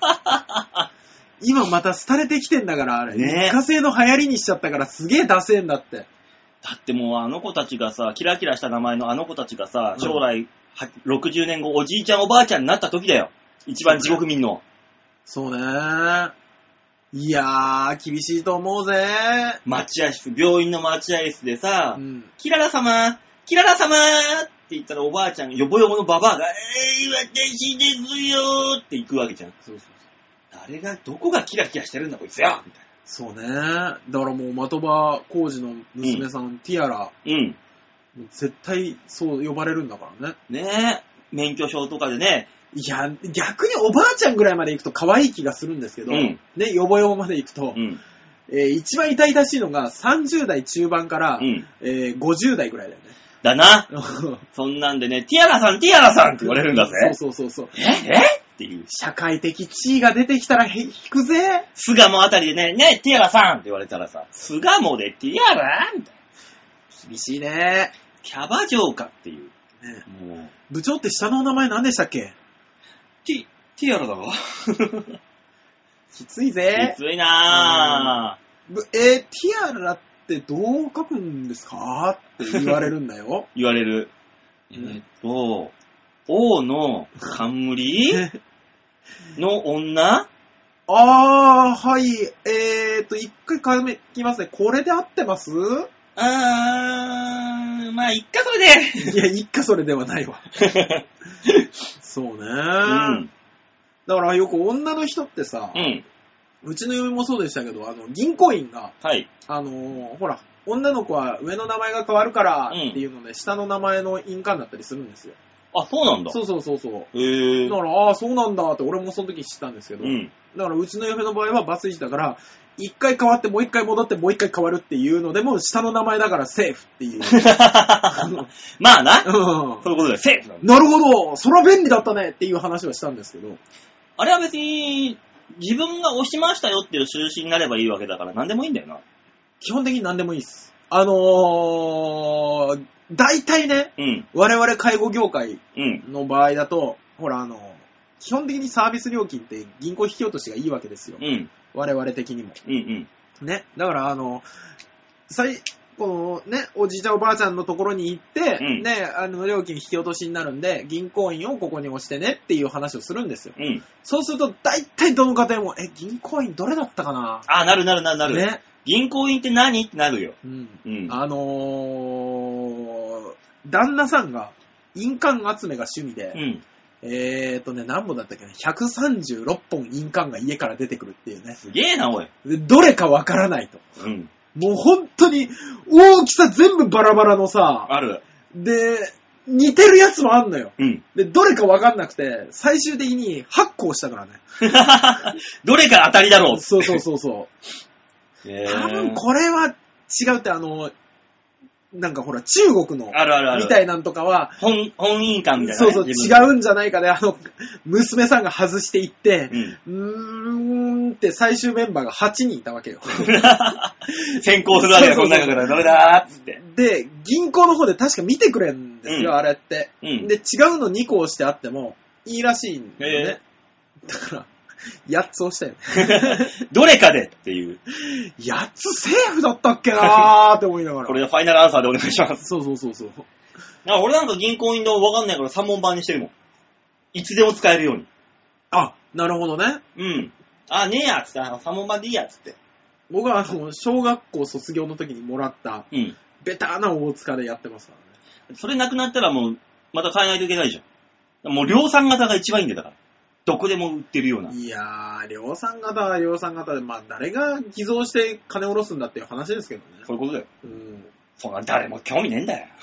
[SPEAKER 3] 今また廃れてきてんだから、あれ。ね。一過性の流行りにしちゃったから、すげえダセえんだって。
[SPEAKER 2] だってもうあの子たちがさ、キラキラした名前のあの子たちがさ、将来、うん、ろくじゅうねんご、おじいちゃんおばあちゃんになった時だよ。一番地獄民の。
[SPEAKER 3] そうね。いやー、厳しいと思うぜ。
[SPEAKER 2] 待合室、病院の待合室でさ、うん、キララ様、キララ様って言ったらおばあちゃん、ヨボヨボのババアが、えー、私ですよーって行くわけじゃん。そうそうそう。誰が、どこがキラキラしてるんだこいつよみたいな。
[SPEAKER 3] そうね。だからもう、的場浩二の娘さん、うん、ティアラ。うん。絶対そう呼ばれるんだからね。
[SPEAKER 2] ねえ。免許証とかでね。
[SPEAKER 3] いや、逆におばあちゃんぐらいまで行くと可愛い気がするんですけど、うん、ね、ヨボヨボまで行くと、うん、えー、一番痛々しいのがさんじゅう代中盤から、うん、えー、ごじゅう代ぐらいだよね。
[SPEAKER 2] だな。そんなんでね、ティアラさん、ティアラさんって言われるんだぜ。
[SPEAKER 3] そうそうそうそう。
[SPEAKER 2] ええっていう。
[SPEAKER 3] 社会的地位が出てきたら引くぜ。
[SPEAKER 2] 巣鴨あたりでね、ね、ティアラさんって言われたらさ、巣鴨でティアラみたいな。
[SPEAKER 3] 厳しいね。
[SPEAKER 2] キャバ嬢かっていう。
[SPEAKER 3] ね、もう部長って下のお名前何でしたっけ？
[SPEAKER 2] ティ、ティアラだろ
[SPEAKER 3] きついぜ。
[SPEAKER 2] きついな
[SPEAKER 3] ぁ。えー、ティアラってどう書くんですかって言われるんだよ。
[SPEAKER 2] 言われる。えー、っと、王の冠の女
[SPEAKER 3] あー、はい。えーっと、一回書きますね。これで合ってます？
[SPEAKER 2] あー、まあ、いっかそれ
[SPEAKER 3] で。いや、いっかそれではないわ。そうね、うん。だからよく女の人ってさ、うん、うちの嫁もそうでしたけど、あの、銀行員が、はい、あのー、ほら、女の子は上の名前が変わるからっていうので、うん、下の名前の印鑑だったりするんですよ。
[SPEAKER 2] あ、そうなんだ。
[SPEAKER 3] そうそうそうそう。
[SPEAKER 2] へー。
[SPEAKER 3] だから、ああ、そうなんだって俺もその時知ったんですけど、うん、だからうちの嫁の場合はバツイチだから、一回変わってもう一回戻ってもう一回変わるっていうのでも、下の名前だからセーフっていう。
[SPEAKER 2] まあな。うん。そういうことでセーフなん
[SPEAKER 3] だ。なるほど。それは便利だったねっていう話はしたんですけど。
[SPEAKER 2] あれは別に、自分が押しましたよっていう印になればいいわけだから何でもいいんだよな。
[SPEAKER 3] 基本的に何でもいいです。あのー、大体ね、うん、我々介護業界の場合だと、うん、ほらあの、基本的にサービス料金って銀行引き落としがいいわけですよ。うん、我々的にも。うんうん、ね。だからあの、最、このね、おじいちゃんおばあちゃんのところに行って、うん、ね、あの、料金引き落としになるんで、銀行員をここに押してねっていう話をするんですよ。うん、そうすると、大体どの家庭も、え、銀行員どれだったかな
[SPEAKER 2] あ、なるなるなるなる。ね。銀行員って何ってなるよ。うん。
[SPEAKER 3] うん、あのー、旦那さんが印鑑集めが趣味で、うん、えーとね、何本だったっけね、ひゃくさんじゅうろっぽん印鑑が家から出てくるっていうね。
[SPEAKER 2] すげえな、おい。
[SPEAKER 3] で、どれかわからないと。うん。もう本当に、大きさ全部バラバラのさ、
[SPEAKER 2] ある。
[SPEAKER 3] で、似てるやつもあんのよ。うん。で、どれかわかんなくて、最終的にはっこ押したからね。
[SPEAKER 2] どれか当たりだろう。
[SPEAKER 3] そうそうそうそう。えー、多分これは違うって、あの、なんかほら、中国の、
[SPEAKER 2] あるあるある
[SPEAKER 3] みたいなんとかは、
[SPEAKER 2] 本、本印鑑みたいな、
[SPEAKER 3] ね。そうそう、違うんじゃないかで、あの、娘さんが外していって、うん、うーんって最終メンバーがはちにんいたわけよ。
[SPEAKER 2] 先行するわけだ、この中から、どれだーっつって。
[SPEAKER 3] で、銀行の方で確か見てくれんですよ、うん、あれって、うん。で、違うのにこ押してあっても、いいらしいんだよね。だから、やっつ押したよね。
[SPEAKER 2] どれかでっていう。
[SPEAKER 3] やっつセーフだったっけなーって思いながら。
[SPEAKER 2] これでファイナルアンサーでお願いします。
[SPEAKER 3] そうそうそうそう。
[SPEAKER 2] あ、俺なんか銀行員のわかんないからさんぼん版にしてるもん。いつでも使えるように。
[SPEAKER 3] あ、なるほどね。
[SPEAKER 2] うん。あ、ねえやつって、さんぼん版でいいやつって。
[SPEAKER 3] 僕はあの、小学校卒業の時にもらった、うん。ベターな大塚でやってますから
[SPEAKER 2] ね。それなくなったらもう、また買えないといけないじゃん。もう量産型が一番いいんだよ、だから。どこでも売ってるような。
[SPEAKER 3] いやー、量産型は量産型で、まあ誰が偽造して金を下ろすんだっていう話ですけどね。
[SPEAKER 2] そういうことだよ。うん。そんな誰も興味ねえんだよ。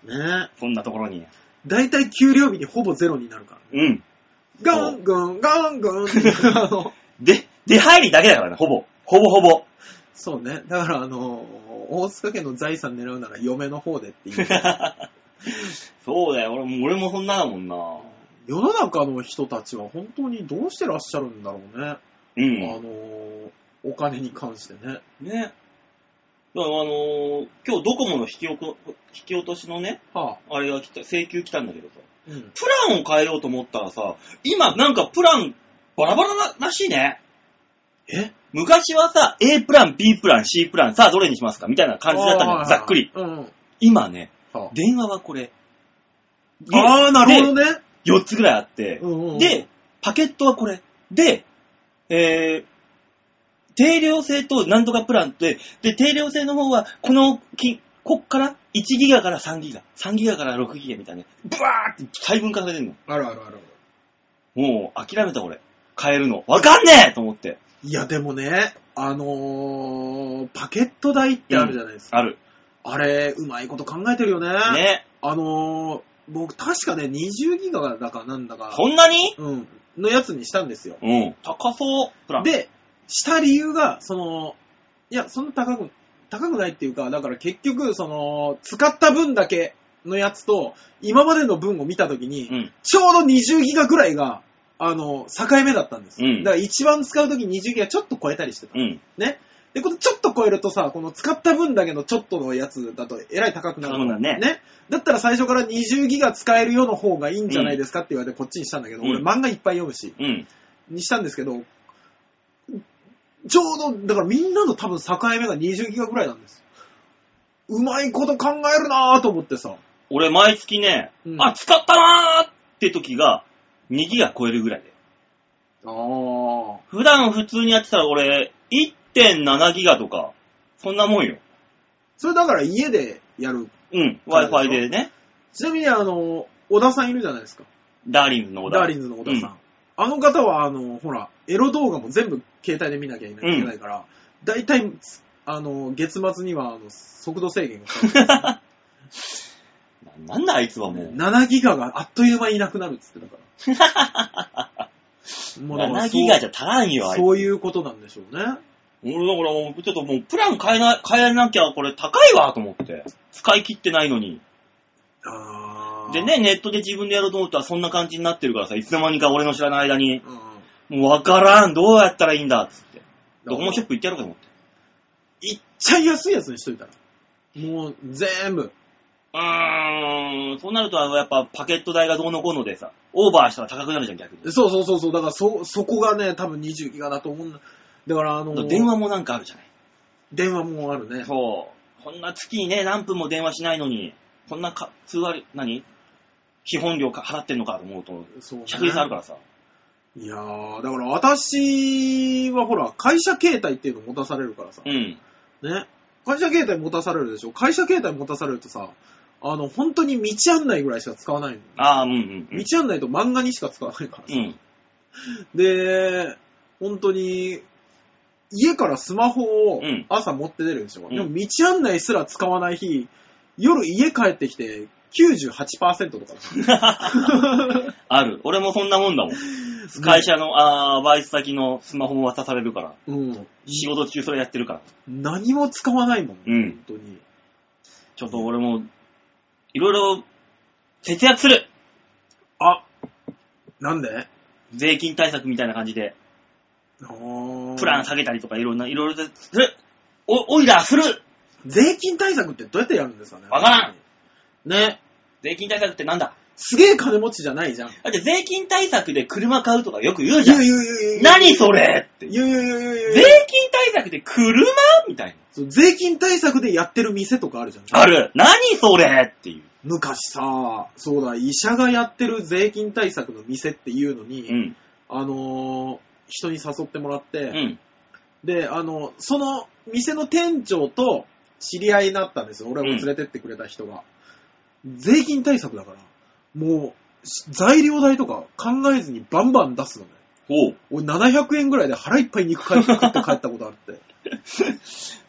[SPEAKER 3] ね。
[SPEAKER 2] そんなところに。
[SPEAKER 3] だいたい給料日にほぼゼロになるから、
[SPEAKER 2] ね。うん。
[SPEAKER 3] ガンガン、ガンガンって、あの、
[SPEAKER 2] で、出入りだけだからね、ほぼ。ほぼほぼ。
[SPEAKER 3] そうね。だから、あの、大塚家の財産狙うなら嫁の方でっていう。
[SPEAKER 2] そうだよ。俺も、俺もそんなだもんな。
[SPEAKER 3] 世の中の人たちは本当にどうしてらっしゃるんだろうね。
[SPEAKER 2] うん。
[SPEAKER 3] あの、お金に関してね。
[SPEAKER 2] ね。だからあのー、今日ドコモの引きおこ引き落としのね、はあ、あれが来た、請求来たんだけどさ、うん、プランを変えようと思ったらさ、今なんかプランバラバラらしいね。
[SPEAKER 3] え？
[SPEAKER 2] 昔はさ、A プラン、B プラン、C プラン、さあどれにしますかみたいな感じだったんだよ、ざっくり。うんうん、今ね、はあ、電話はこれ。
[SPEAKER 3] ああ、なるほどね。
[SPEAKER 2] よっつぐらいあって、
[SPEAKER 3] うんうんうん、で、
[SPEAKER 2] パケットはこれ。で、えー、定量制となんとかプランって、で、定量制の方は、この、きこっからいちギガからさんギガ、さんギガからろくギガみたいな、ブワーって細分化されてんの。
[SPEAKER 3] あるあるある。
[SPEAKER 2] もう、諦めた俺。変えるの。わかんねえと思って。
[SPEAKER 3] いや、でもね、あのー、パケット代ってあるじゃないですか。
[SPEAKER 2] うん、ある。
[SPEAKER 3] あれ、うまいこと考えてるよね。
[SPEAKER 2] ね。
[SPEAKER 3] あのー、僕、確かね、にじゅうギガだかなんだか。
[SPEAKER 2] そんなに？
[SPEAKER 3] うん。のやつにしたんですよ。
[SPEAKER 2] うん。高そう。プラン。
[SPEAKER 3] で、した理由が、その、いや、そんな高く、高くないっていうか、だから結局、その、使った分だけのやつと、今までの分を見たときに、うん、ちょうどにじゅうギガぐらいが、あの、境目だったんです。うん、だから一番使うときにじゅうギガちょっと超えたりしてた。うん、ね。で、このちょっと超えるとさ、この使った分だけのちょっとのやつだとえらい高くなる
[SPEAKER 2] んだね。
[SPEAKER 3] ね。だったら最初からにじゅうギガ使えるよの方がいいんじゃないですかって言われてこっちにしたんだけど、うん、俺漫画いっぱい読むし、うん、にしたんですけど、ちょうど、だからみんなの多分境目がにじゅうギガぐらいなんです。うまいこと考えるなぁと思ってさ。
[SPEAKER 2] 俺毎月ね、うん、あ、使ったなーって時がにギガ超えるぐらいで。
[SPEAKER 3] ああ。
[SPEAKER 2] 普段普通にやってたら俺 いってんななギガとか、そんなもんよ。
[SPEAKER 3] それだから家でやる。
[SPEAKER 2] うん、Wi-Fi でね。
[SPEAKER 3] ちなみにあの、小田さんいるじゃないですか。
[SPEAKER 2] ダーリンズの小田。
[SPEAKER 3] ダーリンズの小田さん。うん、あの方はあの、ほら、エロ動画も全部携帯で見なきゃいけないから、だいたい、あの、月末にはあの速度制限がかかる。
[SPEAKER 2] なんだあいつはもう。
[SPEAKER 3] ななギガがあっという間になくなるっつってたから。
[SPEAKER 2] もうななギガじゃ足らんよ、あいつ。
[SPEAKER 3] そういうことなんでしょうね。
[SPEAKER 2] 俺だからもう、ちょっともう、プラン変えな、変えなきゃこれ高いわと思って。使い切ってないのに。
[SPEAKER 3] あ
[SPEAKER 2] でね、ネットで自分でやろうと思ったらそんな感じになってるからさ、いつの間にか俺の知らない間に。うん、もうわからん、どうやったらいいんだっつって。ドコモショップ行ってやろうかと思って。
[SPEAKER 3] いっちゃい安いやつにしといたら。もう、全部。
[SPEAKER 2] うーん、そうなるとやっぱパケット代がどうのこうのでさ、オーバーしたら高くなるじゃん、逆に。
[SPEAKER 3] そうそうそうそう、だからそ、そこがね、多分にじゅうギガだと思うんだ。だからあのー、
[SPEAKER 2] 電話もなんかあるじゃない。
[SPEAKER 3] 電話もあるね。
[SPEAKER 2] そう。こんな月にね、何分も電話しないのに、こんなか通話、何基本料か払ってんのかと思うと、ひゃくえんあるからさ。
[SPEAKER 3] いやー、だから私はほら、会社携帯っていうの持たされるからさ。
[SPEAKER 2] うん。
[SPEAKER 3] ね。会社携帯持たされるでしょ。会社携帯持たされるとさ、あの、本当に道案内ぐらいしか使わないの。
[SPEAKER 2] ああ、うんうん、うん。
[SPEAKER 3] 道案内と漫画にしか使わないからさ。
[SPEAKER 2] うん。
[SPEAKER 3] で、本当に、家からスマホを朝持って出るんですよ。うん、でも道案内すら使わない日、夜家帰ってきてきゅうじゅうはちパーセントとか。
[SPEAKER 2] ある。俺もそんなもんだもん。会社の、あー、バイト先のスマホも渡されるから。
[SPEAKER 3] うん。
[SPEAKER 2] 仕事中それやってるから。
[SPEAKER 3] 何も使わないもん。
[SPEAKER 2] うん。
[SPEAKER 3] 本当に。
[SPEAKER 2] ちょっと俺も、いろいろ、節約する。
[SPEAKER 3] あ、なんで？
[SPEAKER 2] 税金対策みたいな感じで。プラン下げたりとかいろんな、いろいろでする。お、おいらする。
[SPEAKER 3] 税金対策ってどうやってやるんですかね？
[SPEAKER 2] わからん。
[SPEAKER 3] ね。
[SPEAKER 2] 税金対策ってなんだ？
[SPEAKER 3] すげえ金持ちじゃないじゃん。
[SPEAKER 2] だって税金対策で車買うとかよく言うじゃん。
[SPEAKER 3] 言う言う言う言う。
[SPEAKER 2] 何それって。
[SPEAKER 3] 言う言う言う言う。
[SPEAKER 2] 税金対策で車みたいな。
[SPEAKER 3] そう、税金対策でやってる店とかあるじゃん。
[SPEAKER 2] ある。何それっていう。
[SPEAKER 3] 昔さ、そうだ、医者がやってる税金対策の店っていうのに、
[SPEAKER 2] うん、
[SPEAKER 3] あのー、人に誘ってもらって、
[SPEAKER 2] うん、
[SPEAKER 3] で、あの、その店の店長と知り合いになったんですよ。俺を連れてってくれた人が。うん、税金対策だから、もう、材料代とか考えずにバンバン出すのね。
[SPEAKER 2] おう。
[SPEAKER 3] 俺ななひゃくえんぐらいで腹いっぱい肉買って帰ったことあって。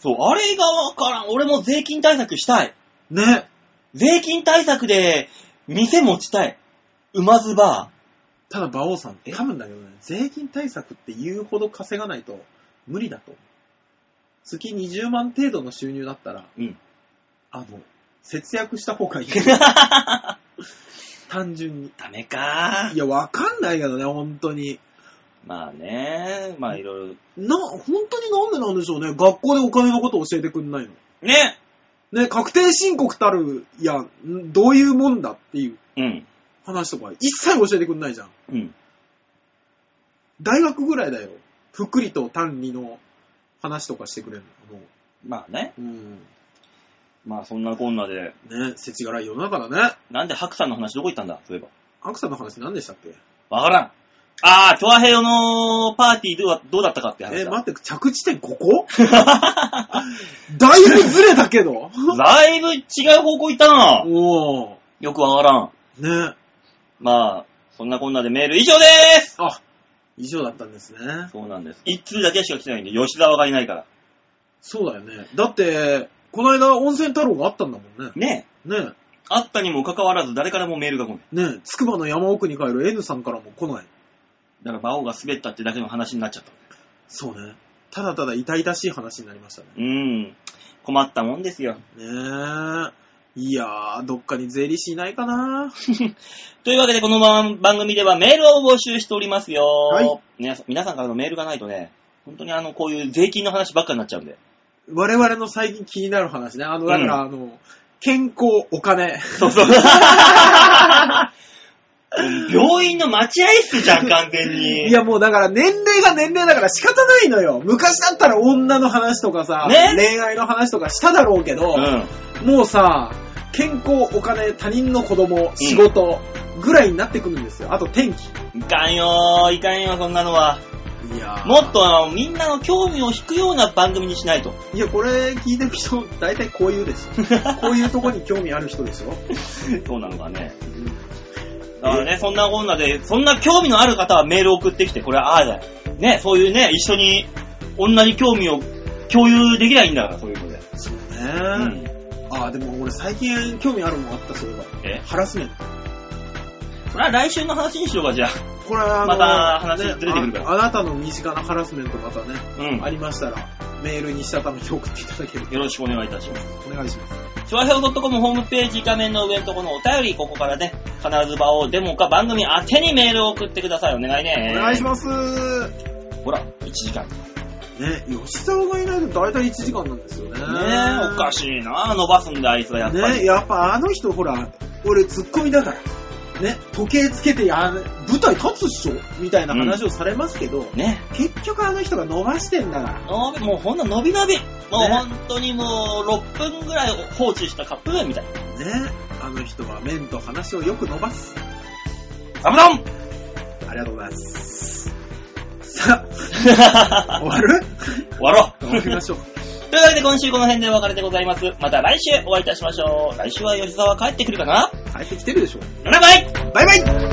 [SPEAKER 2] そう、あれがわからん。俺も税金対策したい。
[SPEAKER 3] ね。
[SPEAKER 2] 税金対策で店持ちたい。馬ズバ
[SPEAKER 3] ー。ただ、馬王さん、多分だけどね、税金対策って言うほど稼がないと無理だと。月にじゅうまん程度の収入だったら、うん、あの、節約した方がいい。単純に。
[SPEAKER 2] ダメかー。
[SPEAKER 3] いや、わかんないけどね、本当に。
[SPEAKER 2] まあね、まあいろいろ。
[SPEAKER 3] な、本当になんでなんでしょうね。学校でお金のことを教えてくんないの。
[SPEAKER 2] ね。
[SPEAKER 3] ね、確定申告たるや、どういうもんだっていう話とか、一切教えてくんないじゃん。うん。大学ぐらいだよ。福利と単利の話とかしてくれるの。
[SPEAKER 2] まあね。うん。まあそんなこんなで。
[SPEAKER 3] ね、世知辛い世の中だね。
[SPEAKER 2] なんで白さんの話どこ行ったんだ、そういえば。
[SPEAKER 3] 白さんの話何でしたっけ？
[SPEAKER 2] わからん。あー、チョアヘヨのパーティーどうどうだったかって話だ。
[SPEAKER 3] えー、待って、着地点ここだいぶずれたけど。
[SPEAKER 2] だいぶ違う方向行ったな。おー。よくわからん。ね。まあ、そんなこんなでメール以上でーす。
[SPEAKER 3] あ、以上だったんですね。
[SPEAKER 2] そうなんです。一通だけしか来てないんで、吉沢がいないから。
[SPEAKER 3] そうだよね。だって、この間温泉太郎があったんだもんね。
[SPEAKER 2] ねえ。ねえ。あったにもかかわらず誰からもメールが来ない。
[SPEAKER 3] ねえ、つくばの山奥に帰る N さんからも来ない。
[SPEAKER 2] だから馬王が滑ったってだけの話になっちゃった。
[SPEAKER 3] そうね。ただただ痛々しい話になりましたね。
[SPEAKER 2] うん。困ったもんですよ。ね
[SPEAKER 3] え。いやー、どっかに税理士いないかな
[SPEAKER 2] というわけでこの番組ではメールを募集しておりますよ。はい。皆さん、皆さんからのメールがないとね、本当にあの、こういう税金の話ばっかになっちゃうんで。
[SPEAKER 3] 我々の最近気になる話ね。あの、だから、うん、あの、健康、お金。そうそう。
[SPEAKER 2] 病院の待合室じゃん、完全に。
[SPEAKER 3] いや、もうだから年齢が年齢だから仕方ないのよ。昔だったら女の話とかさ、ね、恋愛の話とかしただろうけど、うん、もうさ、健康、お金、他人の子供、仕事ぐらいになってくるんですよ。あと天気。
[SPEAKER 2] いかんよー、いかんよ、そんなのは。いやもっとみんなの興味を引くような番組にしないと。
[SPEAKER 3] いや、これ聞いてる人、大体こういうですよ。こういうとこに興味ある人ですよ。
[SPEAKER 2] そうなのかね。だからね、そんなこんなで、そんな興味のある方はメール送ってきて、これはああだよ。ね、そういうね、一緒に女に興味を共有できないんだから、そういうので。
[SPEAKER 3] そうね。うん、ああ、でも俺最近興味あるもんあった、そういえば。えハラスメント。
[SPEAKER 2] これは来週の話にしようか、じゃあ。
[SPEAKER 3] これはあの、
[SPEAKER 2] また話ずれてくるから、
[SPEAKER 3] ね、あ, あなたの身近なハラスメントまたね、うん、ありましたら、メールにしたためて送っていただけると。
[SPEAKER 2] よろしくお願いいたします。
[SPEAKER 3] お願いします。
[SPEAKER 2] チョアヘオ .com ホームページ画面の上のところのお便り、ここからね、必ず場をデモか番組宛てにメールを送ってください。お願いね。
[SPEAKER 3] お願いします。
[SPEAKER 2] ほら、いちじかん。
[SPEAKER 3] ね、吉沢がいないと大体いちじかんなんですよね。ね
[SPEAKER 2] え、おかしいな、伸ばすんであいつはやっぱり。
[SPEAKER 3] ね、やっぱあの人ほら、俺ツッコミだから。ね、時計つけてや舞台立つっしょみたいな話をされますけど、うん、ね、結局あの人が伸ばしてんだから。
[SPEAKER 2] もうほんと伸び伸び。もう、ね、本当にもうろっぷんぐらい放置したカップ麺みたいな。
[SPEAKER 3] ね、あの人は麺と話をよく伸ばす。
[SPEAKER 2] サムドン
[SPEAKER 3] ありがとうございます。さあ、終わる
[SPEAKER 2] 終わろう。
[SPEAKER 3] 終わりましょう。
[SPEAKER 2] というわけで今週この辺でお別れでございます。また来週お会いいたしましょう。来週は吉沢帰ってくるかな？
[SPEAKER 3] 帰ってきてるでしょ。
[SPEAKER 2] バイバイ
[SPEAKER 3] バイバイ